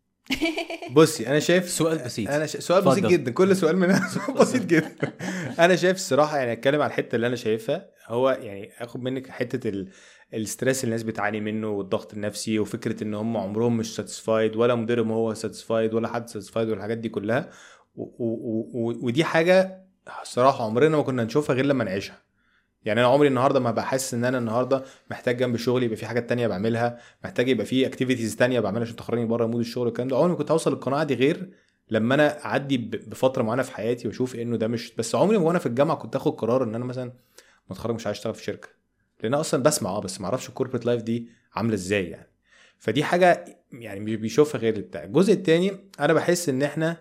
بصي انا شايف سؤال بسيط، انا ش... سؤال بسيط جدا، كل سؤال منها سؤال بسيط جدا. انا شايف الصراحه يعني اتكلم على الحته اللي انا شايفها، هو يعني اخد منك حته ال... الستريس اللي الناس بتعاني منه والضغط النفسي وفكره ان هم عمرهم مش ساتيسفايد ولا مديرهم هو ساتيسفايد ولا حد ساتيسفايد والحاجات دي كلها و... و... و... ودي حاجه الصراحه عمرنا ما كنا نشوفها غير لما نعيشها. يعني انا عمري النهارده ما بحس ان انا النهارده محتاج جنب شغلي يبقى في حاجات تانية بعملها، محتاج يبقى في اكتيفيتيز تانية بعملها عشان تخرجني بره مود الشغل والكلام ده. عمري ما كنت اوصل للقناعه دي غير لما انا اعدي بفتره معينه في حياتي واشوف انه ده مش بس. عمري وانا في الجامعه كنت اخد قرار ان انا مثلا متخرج مش عايز اشتغل في شركه، لان انا اصلا بسمع اه بس ما اعرفش الكوربريت لايف دي عامله ازاي يعني. فدي حاجه يعني مش بيشوفها غير بتاع. الجزء التاني انا بحس ان احنا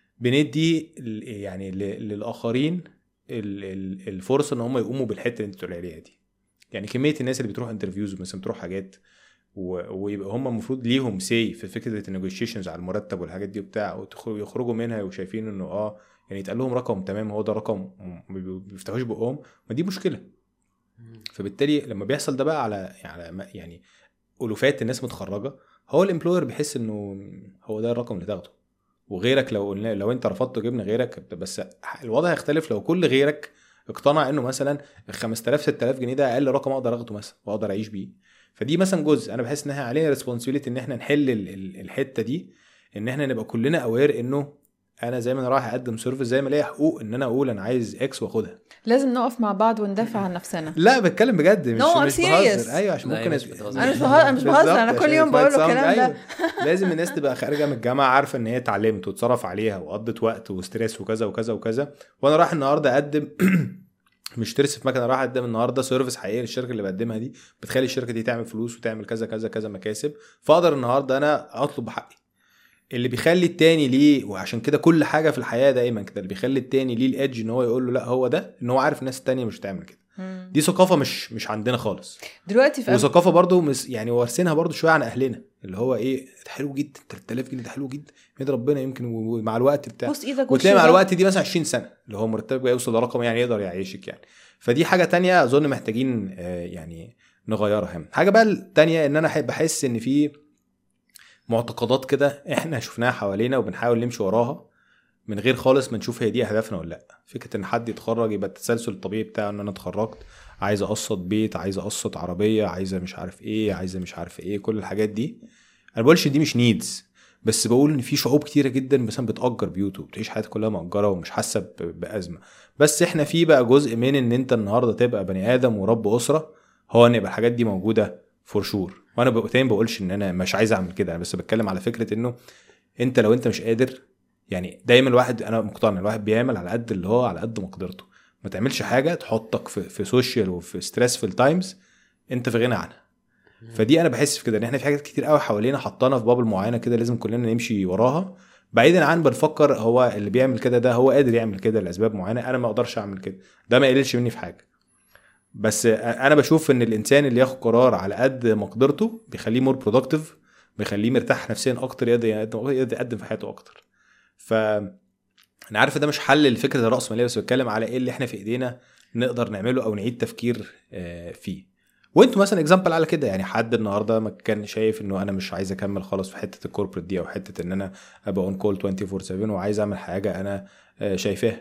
بندي يعني للاخرين الفرصه ان هم يقوموا بالحته اللي انت بتقول عليها دي. يعني كميه الناس اللي بتروح انترفيوز مثلا بتروح حاجات ويبقى هم المفروض ليهم سي في فكره النيجوشيشنز على المرتب والحاجات دي وبتاع، ويخرجوا منها وشايفين انه اه يعني يتقال لهم رقم تمام هو ده رقم، ما بيفتحوش بقهم، ما دي مشكله. فبالتالي لما بيحصل ده بقى على يعني يعني الوفات الناس متخرجه، هو الامبلوير بيحس انه هو ده الرقم اللي تاخده، وغيرك لو لو انت رفضت جبنا غيرك. بس الوضع هيختلف لو كل غيرك اقتنع انه مثلا خمسة آلاف ستة آلاف جنيه ده اقل رقم اقدر اخده مثلا واقدر اعيش بيه. فدي مثلا جزء انا بحس انها علينا ريسبونسبيلتي ان احنا نحل الحته دي، ان احنا نبقى كلنا اوير انه انا زي ما انا رايح اقدم سيرفيس زي ما ليا حقوق ان انا اقول انا عايز اكس واخدها. لازم نقف مع بعض وندافع عن نفسنا. لا بتكلم بجد مش no, مش بهزر. ايوه عشان ممكن انا مش بهزر انا مش بهزر انا كل يوم بقول الكلام ده. أيوة. لازم الناس تبقى خارجه من الجامعه عارفه ان هي اتعلمت وتصرف عليها وقضت وقت وستريس وكذا وكذا وكذا، وانا رايح النهارده اقدم مش ترسي في مكنه، راح اقدم النهارده سيرفيس حقيقي للشركه اللي بقدمها دي بتخلي الشركه دي تعمل فلوس وتعمل كذا كذا كذا مكاسب، فاقدر النهارده انا اطلب حقي. اللي بيخلي التاني ليه، وعشان كده كل حاجه في الحياه دايما كده اللي بيخلي التاني ليه الادج ان هو يقول له لا هو ده، ان هو عارف الناس التانيه مش هتعمل كده. دي ثقافه مش مش عندنا خالص دلوقتي في وثقافه برضو مس يعني وارثينها برضو شويه عن اهلنا اللي هو ايه حلو جدا ثلاثة آلاف جنيه ده حلو جدا من ربنا يمكن ومع الوقت بتاع وتلاقي مع الوقت دي مثلا عشرين سنه اللي هو مرتبك يوصل لرقم يعني يقدر يعيشك يعني. فدي حاجه تانية اظن محتاجين يعني نغيرها. هم حاجه بقى التانية ان انا احب احس ان في معتقدات كده احنا شفناها حوالينا وبنحاول نمشي وراها من غير خالص ما نشوف هي دي اهدافنا ولا لا. فكره ان حد يتخرج يبقى التسلسل الطبيعي بتاعه ان انا اتخرجت عايز اقسط بيت عايز اقسط عربيه عايزه مش عارف ايه عايزه مش عارف ايه كل الحاجات دي. انا بقولش دي مش نيدز بس بقول ان في شعوب كتيره جدا مثلا بتأجر بيوت وبتعيش حياتها كلها مأجره ومش حاسه بأزمه. بس احنا في بقى جزء من ان انت النهارده تبقى بني ادم ورب اسره هو ان يبقى الحاجات دي موجوده فور شور. وانا بقى بقولش ان انا مش عايز اعمل كده انا بس بتكلم على فكره انه انت لو انت مش قادر يعني دايما الواحد انا مقتنع الواحد بيعمل على قد اللي هو على قد مقدرته. ما تعملش حاجه تحطك في في سوشيال وفي ستريسفul تايمز انت في غنى عنها. فدي انا بحس في كده ان احنا في حاجات كتير قوي حوالينا حطانا في بابل معينه كده لازم كلنا نمشي وراها بعيدا عن بنفكر هو اللي بيعمل كده ده هو قادر يعمل كده لاسباب معينه انا ما اقدرش اعمل كده. ده ما يقللش مني في حاجه بس انا بشوف ان الانسان اللي ياخد قرار على قد مقدرته بيخليه مور برودكتيف بيخليه مرتاح نفسيا اكتر يقدر يقدم في حياته اكتر. ف انا عارف ده مش حل لفكره الرأسمالية بس بتكلم على ايه اللي احنا في ايدينا نقدر نعمله او نعيد تفكير فيه. وانتوا مثلا اكزامبل على كده يعني حد النهارده ما كان شايف انه انا مش عايز اكمل خالص في حته الكوربريت دي او حته ان انا ابقى اون كول أربعة وعشرين سبعة وعايز اعمل حاجه انا شايفاها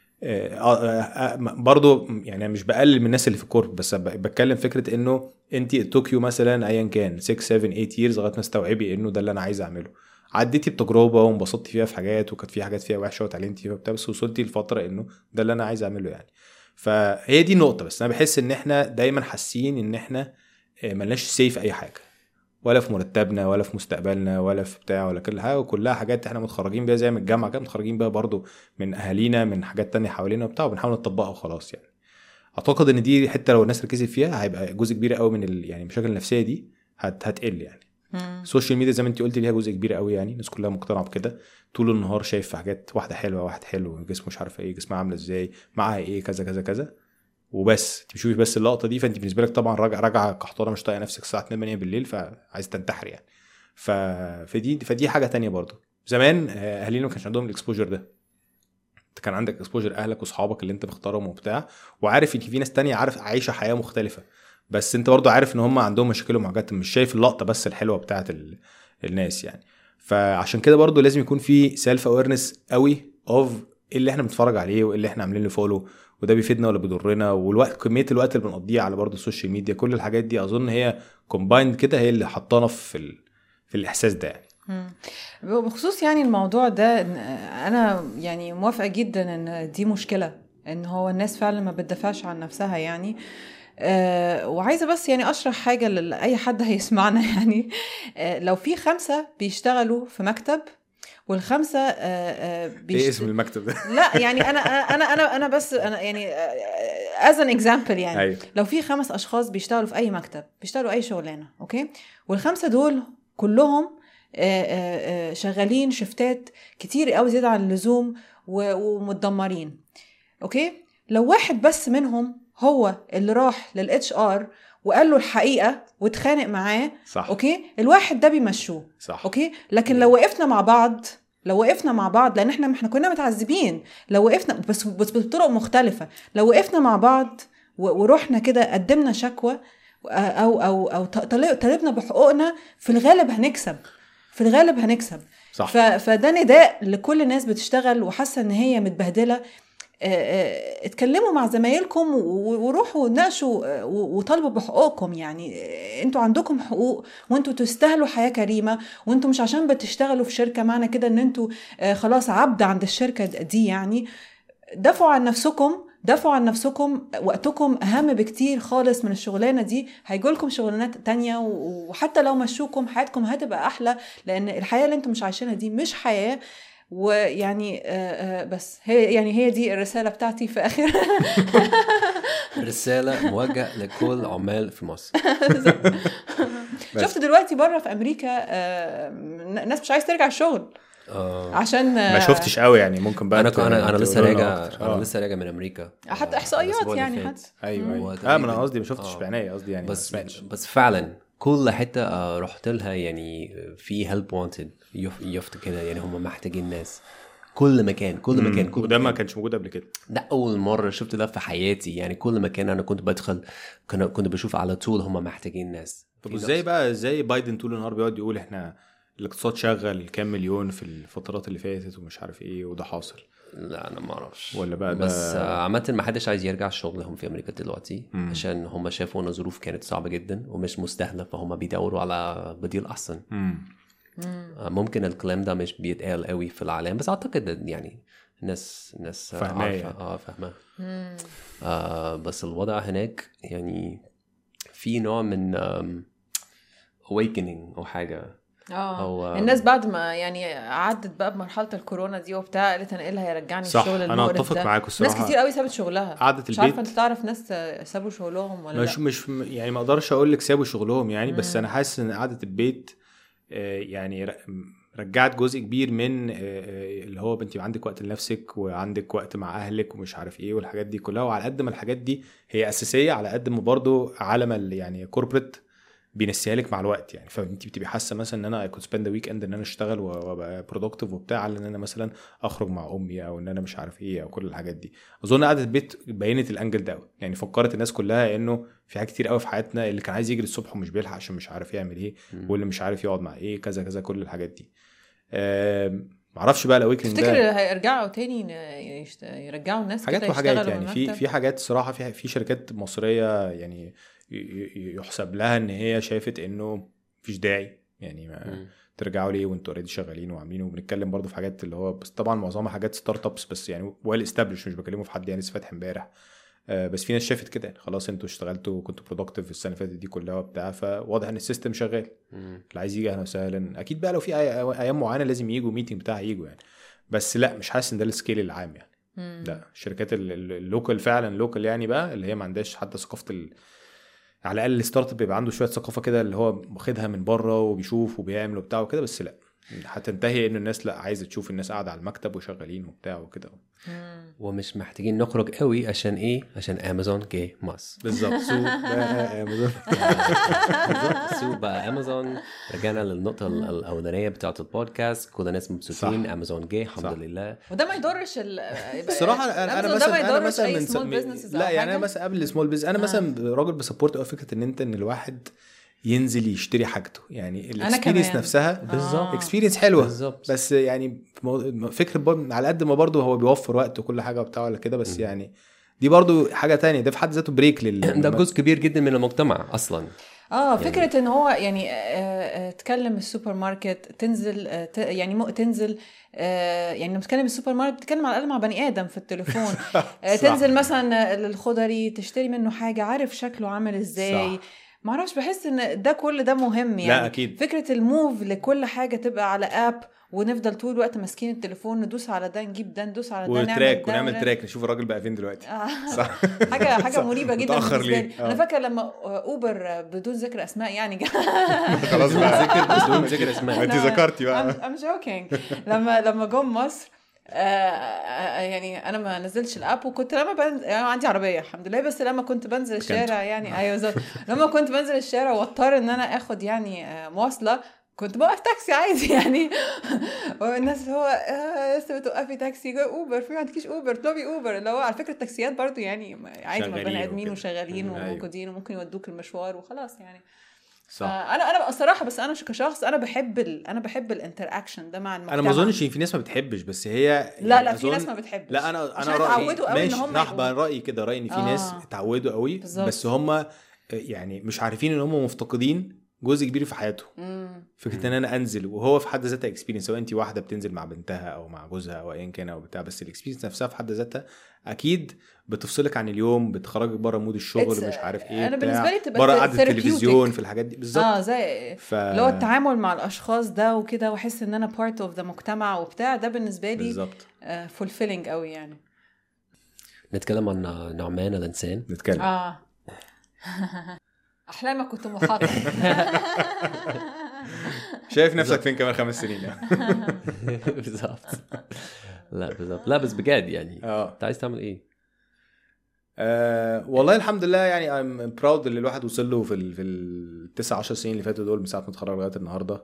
برضو يعني مش بقلل من الناس اللي في الكورب بس بتكلم فكره انه انت طوكيو مثلا ايا كان ستة سبعة تمانية ييرز لغايه ما استوعبي انه ده اللي انا عايز اعمله. عديتي بتجربه وانبسطتي فيها في حاجات وكانت في حاجات فيها وحشه وتعلمتي فيها وبتاع بس وصلتي لفتره انه ده اللي انا عايز اعمله يعني. فهي دي النقطه. بس انا بحس ان احنا دايما حاسين ان احنا ملناش سيف اي حاجه ولا في مرتبنا ولا في مستقبلنا ولا في بتاع ولا كل حاجه وكلها حاجات احنا متخرجين بيها زي من الجامعه كده متخرجين بيها برضو من اهالينا من حاجات تانية حوالينا وبتاع وبنحاول نطبقها وخلاص يعني. اعتقد ان دي حتى لو الناس ركزت فيها هيبقى جزء كبير قوي من ال... يعني المشاكل النفسيه دي هت... هتقل يعني. السوشيال ميديا زي ما انت قلتي ليها جزء كبير قوي يعني الناس كلها مقتنعه بكده طول النهار شايف في حاجات واحده حلوه واحد حلو جسمه مش عارفه ايه جسمها عامله ازاي معاها ايه كذا كذا كذا وبس تشوفي بس اللقطه دي فانت بالنسبه لك طبعا راجع راجعه قحطانه مش طايقه نفسك الساعه اتنين بالليل فعايز تنتحر يعني. ف... فدي فدي حاجه تانية برضو. زمان اهالينا ما كانش عندهم الاكسبوجر ده. انت كان عندك اكسبوجر اهلك واصحابك اللي انت مختارهم وبتاع وعارف ان في ناس تانية عارف عايشه حياه مختلفه بس انت برضو عارف ان هم عندهم مشاكلهم وحاجات مش شايف اللقطه بس الحلوه بتاعه ال... الناس يعني. فعشان كده برضو لازم يكون في سيلف اويرنس قوي اوف اللي احنا بنتفرج عليه واللي احنا عاملين له فولو وده بيفيدنا ولا بيضرنا والوقت كميه الوقت اللي بنقضيه على برضو السوشيال ميديا كل الحاجات دي اظن هي كومبايند كده هي اللي حطانا في ال... في الاحساس ده يعني. بخصوص يعني الموضوع ده انا يعني موافقه جدا ان دي مشكله ان هو الناس فعلا ما بتدافعش عن نفسها يعني. أه وعايزه بس يعني اشرح حاجه لاي حد هيسمعنا يعني. أه لو في خمسه بيشتغلوا في مكتب والخمسه أه بيشت... ايه اسم المكتب ده؟ لا يعني انا انا انا انا بس انا يعني as an example يعني أيوه. لو في خمس اشخاص بيشتغلوا في اي مكتب بيشتغلوا اي شغلانه اوكي والخمسه دول كلهم شغالين شفتات كتير قوي زيادة عن اللزوم ومتدمرين اوكي. لو واحد بس منهم هو اللي راح للاتش ار وقال له الحقيقه واتخانق معاه صح. اوكي الواحد ده بيمشوه صح. اوكي. لكن لو وقفنا مع بعض لو وقفنا مع بعض لان احنا احنا كنا متعذبين لو وقفنا بس بس بطرق مختلفه لو وقفنا مع بعض ورحنا كده قدمنا شكوى او او او طالبنا بحقوقنا في الغالب هنكسب في الغالب هنكسب صح. فده نداء لكل الناس بتشتغل وحاسه ان هي متبهدله. اتكلموا مع زمايلكم وروحوا ناقشوا وطالبوا بحقوقكم يعني انتوا عندكم حقوق وانتوا تستاهلوا حياه كريمه وانتوا مش عشان بتشتغلوا في شركه معنى كده ان انتوا خلاص عبد عند الشركه دي يعني. دافعوا عن نفسكم دافعوا عن نفسكم وقتكم أهم بكتير خالص من الشغلانة دي. هيجولكم شغلانات تانية وحتى لو مشوكم حياتكم هتبقى أحلى لأن الحياة اللي انتم مش عايشينها دي مش حياة. ويعني بس هي يعني هي دي الرسالة بتاعتي في آخر رسالة موجهة لكل عمال في مصر. شفت دلوقتي برا في أمريكا ناس مش عايز ترجع الشغل آه. عشان ما شفتش قوي يعني ممكن بقى انا انا انا لسه راجع آه. انا لسه راجع من امريكا حتى احصائيات يعني حتى ايوه ايوه اه ما انا قصدي ما شفتش بعناية قصدي يعني بس بس فعلا كل حته آه رحت لها يعني في هيلب وانتد يفت كده يعني هم محتاجين ناس كل مكان كل مكان كل وده ما كانش موجود قبل كده. ده اول مره شفت ده في حياتي يعني كل مكان انا كنت بدخل كنت كنت بشوف على طول هم محتاجين ناس. طب ازاي بقى ازاي بايدن طول النهار بيقعد يقول احنا الاقتصاد شغل كام مليون في الفترات اللي فاتت ومش عارف ايه وده حاصل؟ لا انا ما اعرفش ولا بقى ده بس عامه ما حدش عايز يرجع شغلهم في امريكا دلوقتي مم. عشان هم شافوا ان الظروف كانت صعبه جدا ومش مستاهله فهم بيدوروا على بديل احسن. مم. ممكن الكلام ده مش بيتقال قوي في العالم بس اعتقد يعني الناس الناس فاهمه يعني. اه فاهمه آه بس الوضع هناك يعني في نوع من awakening او حاجه. اه الناس بعد ما يعني عدت بقى بمرحله الكورونا دي وبتاع قالت انا ايه اللي هيرجعني الشغل المقرف. انا اتفق معاك الصراحه ناس كتير قوي سابت شغلها. قعدت البيت مش عارفه انت تعرف ناس سابوا شغلهم ولا مش لا؟ مش يعني ما اقدرش اقول لك سابوا شغلهم يعني. مم. بس انا حاسس ان قعده البيت يعني رجعت جزء كبير من اللي هو انت عندك وقت لنفسك وعندك وقت مع اهلك ومش عارف ايه والحاجات دي كلها. وعلى قد ما الحاجات دي هي اساسيه على قد ما برضو عالم يعني كوربريت بينسيها لك مع الوقت يعني. فانت بتبقي حاسه مثلا ان انا كنت سبند ويك اند ان انا اشتغل وابقى برودكتيف وبتاع على ان انا مثلا اخرج مع امي او ان انا مش عارف ايه او كل الحاجات دي. اظن قعده البيت بينت الانجل ده يعني فكرت الناس كلها انه في حاجات كتير قوي في حياتنا اللي كان عايز يجري الصبح ومش بيلحق عشان مش عارف يعمل ايه واللي مش عارف يقعد مع ايه كذا كذا كل الحاجات دي. أه معرفش بقى لو ويكند تفتكر هيرجعوا تاني يرجعوا الناس حاجات وحاجات يعني في في حاجات صراحه في في شركات مصريه يعني يحسب لها ان هي شايفت انه مفيش داعي يعني ما م. ترجعوا ليه وانتوا اوريدي شغالين وعاملين. وبنتكلم برضو في حاجات اللي هو بس طبعا معظمها حاجات ستارت ابس بس يعني ويل استابلش مش بكلمه في حد يعني لسه فاتح امبارح. آه بس في ناس شافت كده يعني خلاص انتوا اشتغلتوا وكنتوا برودكتيف في السنه اللي فاتت دي كلها وبتاع فواضح ان السيستم شغال. م. اللي عايز يجي اهلا وسهلا. اكيد بقى لو في ايام معينه لازم ييجوا ميتنج بتاعها ييجوا يعني بس لا مش حاسس ان ده السكيل العام يعني. م. لا الشركات اللوكال فعلا لوكال يعني بقى اللي هي ما عندهاش حتى ثقافه ال... على الاقل الستارت اب بيبقى عنده شويه ثقافه كده اللي هو واخدها من بره وبيشوف وبيعمل وبتاع وكده. بس لا هتنتهي ان الناس لا عايزه تشوف الناس قاعده على المكتب وشغالين وبتاع وكده ومش محتاجين نخرج قوي عشان ايه عشان امازون جه مصر. بالظبط سوق بقى امازون سوق بقى امازون. رجعنا للنقطه الاولانيه بتاعه البودكاست كل الناس مبسوطين امازون جه الحمد صح. لله. وده ما يضرش الصراحه انا انا مثلا انا مثلا من لا يعني انا مثلا قبل السمول بيزنس انا مثلا راجل بسبورت او فكره ان انت ان الواحد ينزل يشتري حاجته يعني الاكسبيرينس نفسها بالظبط اكسبيرينس حلوه بالزبط. بس يعني فكره على قد ما برضو هو بيوفر وقت وكل حاجه وبتاع ولا كده بس م. يعني دي برضو حاجه تانية ده في حد ذاته بريك لل ده جزء كبير جدا من المجتمع اصلا. اه فكره يعني. ان هو يعني آه تكلم السوبر ماركت تنزل آه يعني مو تنزل آه يعني لما تكلم السوبر ماركت بتتكلم على الاقل مع بني ادم في التليفون. آه تنزل مثلا للخضري تشتري منه حاجه عارف شكله عامل ازاي صح. معرفش بحس ان ده كل ده مهم يعني. لا أكيد. فكره الموف لكل حاجه تبقى على اب ونفضل طول الوقت ماسكين التليفون ندوس على ده نجيب ده ندوس على ده نعمل ده ونعمل تراك نشوف الراجل بقى فين دلوقتي آه. صح. حاجه حاجه مريبه جدا بالنسبه لي. انا فاكره لما اوبر بدون ذكر اسماء يعني خلاص بقى ذكر بدون ذكر اسماء انت ذكرتي بقى ام جوكينج لما لما جم مصر آه يعني انا ما نزلتش الاب وكنت لما بنزل يعني عندي عربيه الحمد لله بس لما كنت بنزل الشارع يعني ايوه بالظبط لما كنت بنزل الشارع واضطر ان انا اخد يعني آه مواصله كنت بوقف تاكسي عادي يعني. والناس هو آه لسه بتوقفي تاكسي اوبر في ما عندكيش اوبر طلبي اوبر. لو على فكره التاكسيات برضو يعني عادي ما بني ادمين وشغالين وموجودين وممكن يودوك المشوار وخلاص يعني. صح. انا انا بصراحه بس انا كشخص انا بحب ال... انا بحب الانتراكشن ده مع المجتمع. انا ما اظنش ان في ناس ما بتحبش بس هي يعني لا لا في ناس ما بتحبش. لا انا انا رايي ماشي نحبه رايي كده رايي ان في آه. ناس اتعودوا قوي بالزبط. بس هم يعني مش عارفين ان هم مفتقدين جزء كبير في حياتهم. فكره ان انا انزل وهو في حد ذاتها اكسبيرينس سواء انت واحده بتنزل مع بنتها او مع جوزها او ايا كان او بتاع بس الاكسبيرينس نفسها في حد ذاتها اكيد بتفصلك عن اليوم بتخرجك بره مود الشغل مش عارف ايه انا بالنسبه لي تبقى بره قعده التلفزيون في الحاجات دي بالظبط اه زي ف... لو التعامل مع الاشخاص ده وكده واحس ان انا بارت اوف ذا مجتمع وبتاع ده بالنسبه لي بالظبط فولفيلينج قوي يعني. نتكلم عن نعمان الانسان نتكلم اه احلامك وطموحاتك. شايف نفسك فين كمان خمس سنين يعني؟ بالظبط. لا بالظبط. لا بس بجد يعني اه انت عايز تعمل ايه؟ أه والله الحمد لله يعني I'm proud اللي الواحد وصل له في ال في التسع عشر سنين اللي فاتوا دول من ساعه ما اتخرج لغايه النهارده.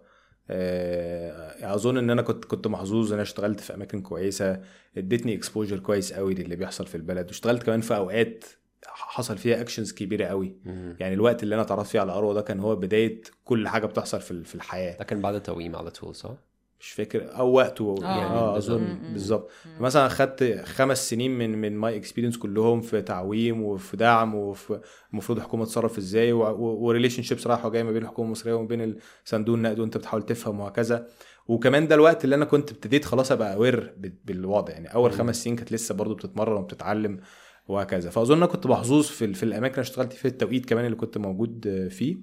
أه اظن ان انا كنت كنت محظوظ. انا اشتغلت في اماكن كويسه ادتني اكسبوجر كويس قوي للي بيحصل في البلد، واشتغلت كمان في اوقات حصل فيها اكشنز كبيره قوي. يعني الوقت اللي انا اتعرفت فيه على اروى ده كان هو بدايه كل حاجه بتحصل في في الحياه. ده كان بعد التويم على طول صح؟ مش فاكر او وقته يعني اه اظن بالظبط. مثلا خدت خمس سنين من من ماي اكسبيرينس كلهم في تعويم وفي دعم، وفي المفروض الحكومه تتصرف ازاي، وريليشن شيبس رايحه وجايه ما بين الحكومه المصريه وما بين صندوق النقد، وانت بتحاول تفهم وهكذا. وكمان ده الوقت اللي انا كنت ابتديت خلاص ابقى اوير بالوضع. يعني اول مم. خمس سنين كانت لسه برضو بتتمرن وبتتعلم وهكذا. فاظن انا كنت محظوظ في في الاماكن اللي اشتغلت في التوقيت كمان اللي كنت موجود فيه.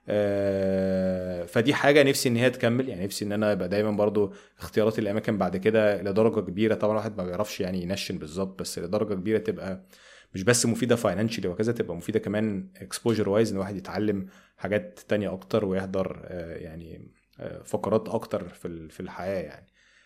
آه فدي حاجه نفسي ان هي تكمل. يعني نفسي ان انا ابقى دايما برضو اختياراتي الاماكن بعد كده لدرجه كبيره. طبعا الواحد ما بيعرفش يعني ينشن بالظبط، بس لدرجه كبيره تبقى مش بس مفيده فاينانشالي وكذا، تبقى مفيده كمان اكسبوجر وايز، ان الواحد يتعلم حاجات تانية اكتر ويحضر آه يعني آه فقرات اكتر في في الحياه يعني.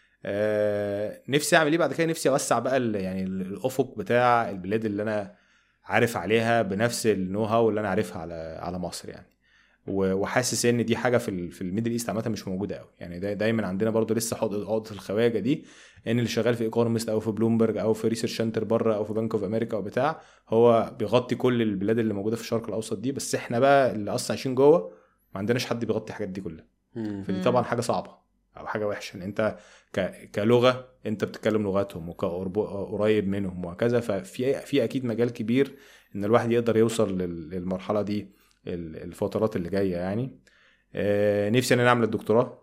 آه نفسي اعمل ايه بعد كده؟ نفسي اوسع بقى يعني الافق بتاع البلاد اللي انا عارف عليها بنفس النو هاو اللي انا عارفها على على مصر يعني. وحاسس ان دي حاجه في في الميدل ايست عامه مش موجوده قوي. يعني دا دايما عندنا برضو لسه عقده الخواجه دي، ان اللي شغال في ايكونومست او في بلومبرج او في ريسيرش سنتر بره او في بنك اوف امريكا او بتاع، هو بيغطي كل البلاد اللي موجوده في الشرق الاوسط دي. بس احنا بقى اللي اصلا عايشين جوه ما عندناش حد بيغطي الحاجات دي كلها. فدي طبعا حاجه صعبه او حاجه وحشه، ان انت ك... كلغه انت بتتكلم لغتهم وقريب منهم وهكذا. ففي في اكيد مجال كبير ان الواحد يقدر يوصل للمرحله دي الفترات اللي جايه يعني. آه نفسي انا نعمل الدكتوراه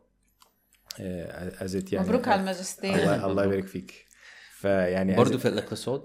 آه ازيت يعني. مبروك على الماجستير. الله, الله يبارك فيك. فيعني برضو في الاقتصاد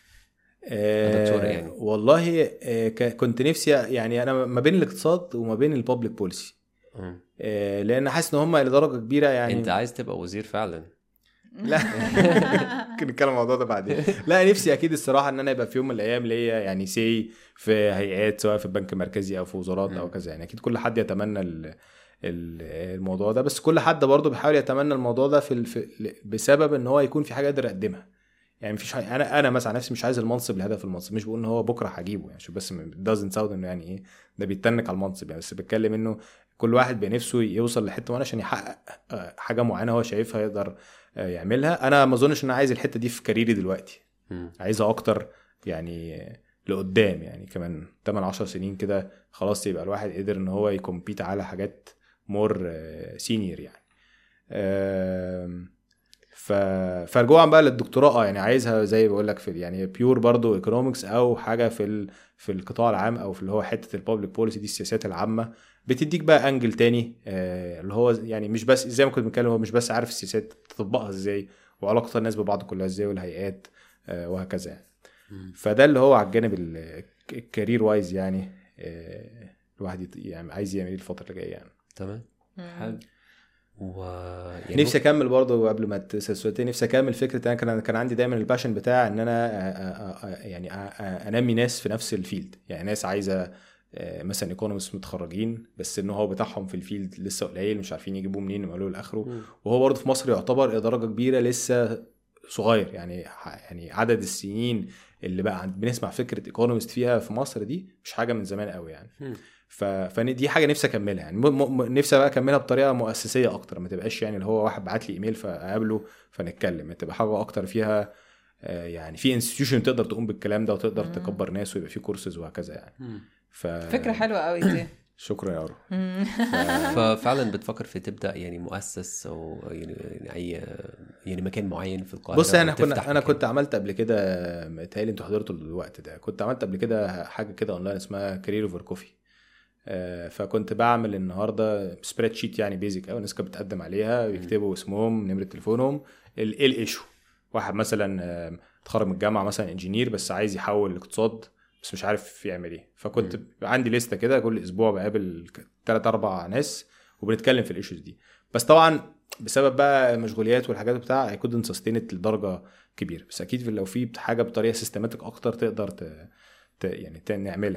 آه دكتور يعني. والله آه كنت نفسي يعني انا ما بين الاقتصاد وما بين البابليك بوليسي آه لان حاسس ان هم لدرجه كبيره يعني. انت عايز تبقى وزير فعلا؟ لا ممكن نتكلم الموضوع ده بعدين. لا نفسي اكيد الصراحه ان انا يبقى في يوم من الايام ليا يعني سي في هيئات، سواء في البنك المركزي او في وزارات او كذا. يعني اكيد كل حد يتمنى الموضوع ده، بس كل حد برضه بيحاول يتمنى الموضوع ده في بسبب ان هو يكون في حاجه يقدر يقدمها. يعني مفيش حاجة. انا انا مثلا نفسي مش عايز المنصب لهدف المنصب، مش بقول ان هو بكره هجيبه يعني، شو بس doesn't sound انه يعني ايه ده بيتنك على المنصب يعني. بس بتكلم انه كل واحد بنفسه يوصل لحته معينه عشان يحقق حاجه معينه هو شايفها يقدر يعملها. انا ما اظنش ان انا عايز الحته دي في كاريري دلوقتي، عايزها اكتر يعني لقدام. يعني كمان ثمانية عشر سنين كده خلاص يبقى الواحد قدر ان هو يكمبيت على حاجات مور سينيور يعني. ف فرجوعا بقى للدكتوراه يعني عايزها زي بقول لك في يعني بيور برضو ايكونومكس او حاجه في ال... في القطاع العام او في اللي هو حته البابليك بوليسي دي، السياسات العامه بتديك بقى انجل تاني آه اللي هو يعني مش بس زي ما كنت بنتكلم، هو مش بس عارف السياسات تطبقها ازاي وعلاقه الناس ببعض كلها ازاي والهيئات آه وهكذا يعني. فده اللي هو على الجانب الكارير وايز يعني آه الواحد يعني عايز يعمل ايه الفتره اللي جايه يعني. تمام حلو. و يعني نفسي اكمل برضه قبل ما تسالتني، نفسي اكمل فكره. انا كان كان عندي دايما الباشن بتاع ان انا يعني انمي ناس في نفس الفيلد. يعني ناس عايزه مثلا ايكونومست متخرجين بس ان هو بتاعهم في الفيلد لسه قليل، مش عارفين يجيبوا منين وقالوا لاخره. وهو برضه في مصر يعتبر درجه كبيره لسه صغير يعني. يعني عدد السنين اللي بقى بنسمع فكره ايكونومست فيها في مصر دي مش حاجه من زمان قوي يعني. ف... فدي حاجه نفسي اكملها يعني. م... م... نفسي بقى اكملها بطريقه مؤسسيه اكتر، ما تبقاش يعني اللي هو واحد بعت لي ايميل فاقابله فنتكلم. تبقى حاجه اكتر فيها يعني في انستتيوشن تقدر تقوم بالكلام ده وتقدر مم. تكبر ناس ويبقى في كورسز وهكذا يعني. ف... فكره حلوه قوي دي. شكرا يا رو. ف... ففعلا بتفكر في تبدا يعني مؤسس او يعني اي يعني مكان معين في القاهره؟ بص انا كنت انا كنت عملت قبل كده متهيألي انتوا حضرتوا الوقت ده، كنت عملت قبل كده حاجه كده اونلاين اسمها كارير اوفر كوفي. فكنت بعمل النهارده سبريد شيت يعني بيزك، او الناس كانت بتقدم عليها يكتبوا اسمهم نمره تليفونهم ايه الايشو. واحد مثلا اتخرج من الجامعه مثلا انجينير بس عايز يحول الاقتصاد بس مش عارف يعمل ايه. فكنت م. عندي لسته كده كل اسبوع بقابل ثلاثة أربعة ناس وبنتكلم في الايشوز دي. بس طبعا بسبب بقى المشغوليات والحاجات بتاع I couldn't sustain it لدرجه كبيره. بس اكيد لو في حاجه بطريقه سيستماتيك اكتر تقدر ت... ت... يعني نعملها يعني.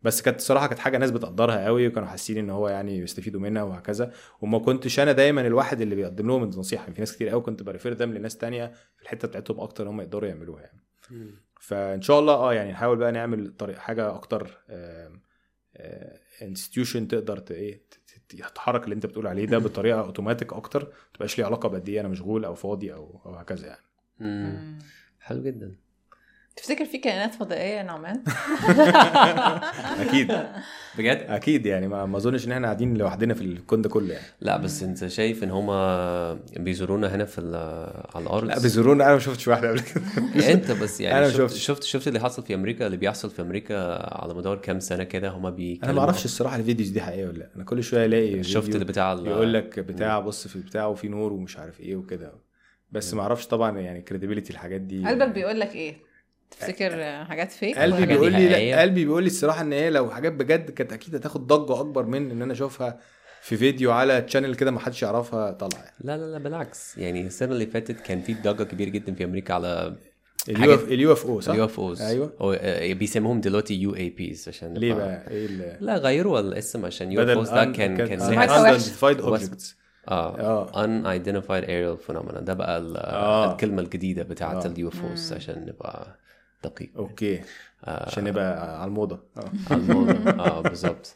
بس كانت الصراحه كانت حاجه ناس بتقدرها قوي وكانوا حاسين ان هو يعني يستفيدوا منها وهكذا. وما كنتش انا دايما الواحد اللي بيقدم لهم النصيحه، في ناس كتير قوي كنت بريفير دم لناس تانية في الحته بتاعتهم اكتر هم يقدروا يعملوها يعني. فان شاء الله اه يعني نحاول بقى نعمل طريق حاجه اكتر انستتيوشن تقدر ايه تتحرك اللي انت بتقول عليه ده بطريقه اوتوماتيك اكتر، ما تبقاش لي علاقه بقد ايه انا مشغول او فاضي او او هكذا يعني. امم حلو جدا. تفتكر في كائنات فضائيه يا نعمان؟ اكيد بجد اكيد يعني ما ما اظنش ان احنا قاعدين لوحدنا في الكون ده كله يعني. لا بس انت شايف ان هما بيزورونا هنا في على الارض؟ لا بيزورونا انا ما شفتش واحده قبل كده. انت بس يعني أنا شفت, شفت شفت شفت اللي حصل في امريكا، اللي بيحصل في امريكا على مدار كام سنه كده هما بيكلموا. انا ما اعرفش الصراحه الفيديوز دي حقيقيه ولا لا. انا كل شويه الاقي شفت اللي بتاع يقول لك بتاع بص في بتاعه وفي نور ومش عارف ايه وكده، بس ما اعرفش طبعا يعني كريديبيليتي الحاجات دي. قلبك بيقول لك ايه؟ تفتكر حاجات فيك؟ قلبي بيقول لي قلبي بيقول لي الصراحه ان هي لو حاجات بجد كانت اكيد هتاخد ضجه اكبر من ان انا اشوفها في فيديو على تشانل كده ما حدش يعرفها طالعه. لا لا لا بالعكس، يعني السنه اللي فاتت كان في ضجه كبيره جدا في امريكا على اليو اف او صح؟ اليو اف اوز ايوه او بيسموهم دلوقتي يو اي بيز عشان ليه بقى ايه اللي... لا غيروا الاسم عشان يو اف اوز ده كان كان unidentified objects اه unidentified aerial phenomena. ده بقى آه. الكلمه الجديده بتاعه اليو اف اوز عشان نبقى دقيق. اوكي آه. عشان نبقى على الموضه اه على الموضه اه بالظبط.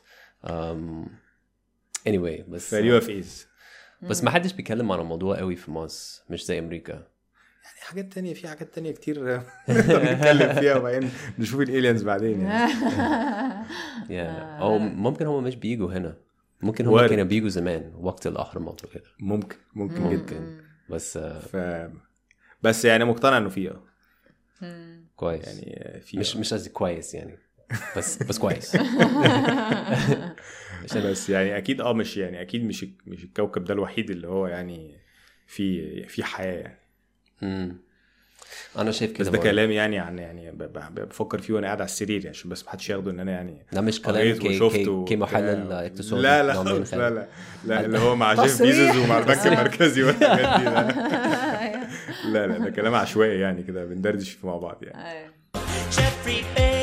anyway بس اليو اف ايز بس ما حدش بيتكلم عن الموضوع قوي في مصر مش زي امريكا. يعني حاجات تانية، في حاجات تانية كتير نقدر نتكلم فيها وبعدين نشوف الالينز بعدين يعني. yeah. او ممكن هم مش بيجوا هنا، ممكن هم كانوا بيجوا زمان وقت الاهرامات وكده. ممكن ممكن ممكن جدا بس ف... بس يعني مقتنع انه فيه كويس يعني فيه مش مش قصدي كويس يعني بس بس كويس بس يعني اكيد اه مش يعني اكيد مش مش الكوكب ده الوحيد اللي هو يعني في في حياه يعني. امم انا شايف كده بس ده كلام يعني عن يعني بفكر فيه وانا قاعد على السرير يعني عشان بس ما حدش ياخده ان انا يعني ده مش كلام كي كي محلل اقتصادي. لا لا لا لا لا اللي هو مع جيف بيزوس ومع البنك المركزي والحاجات دي. لا لا ده كلام عشوائي يعني كده بندردش فيه مع بعض يعني.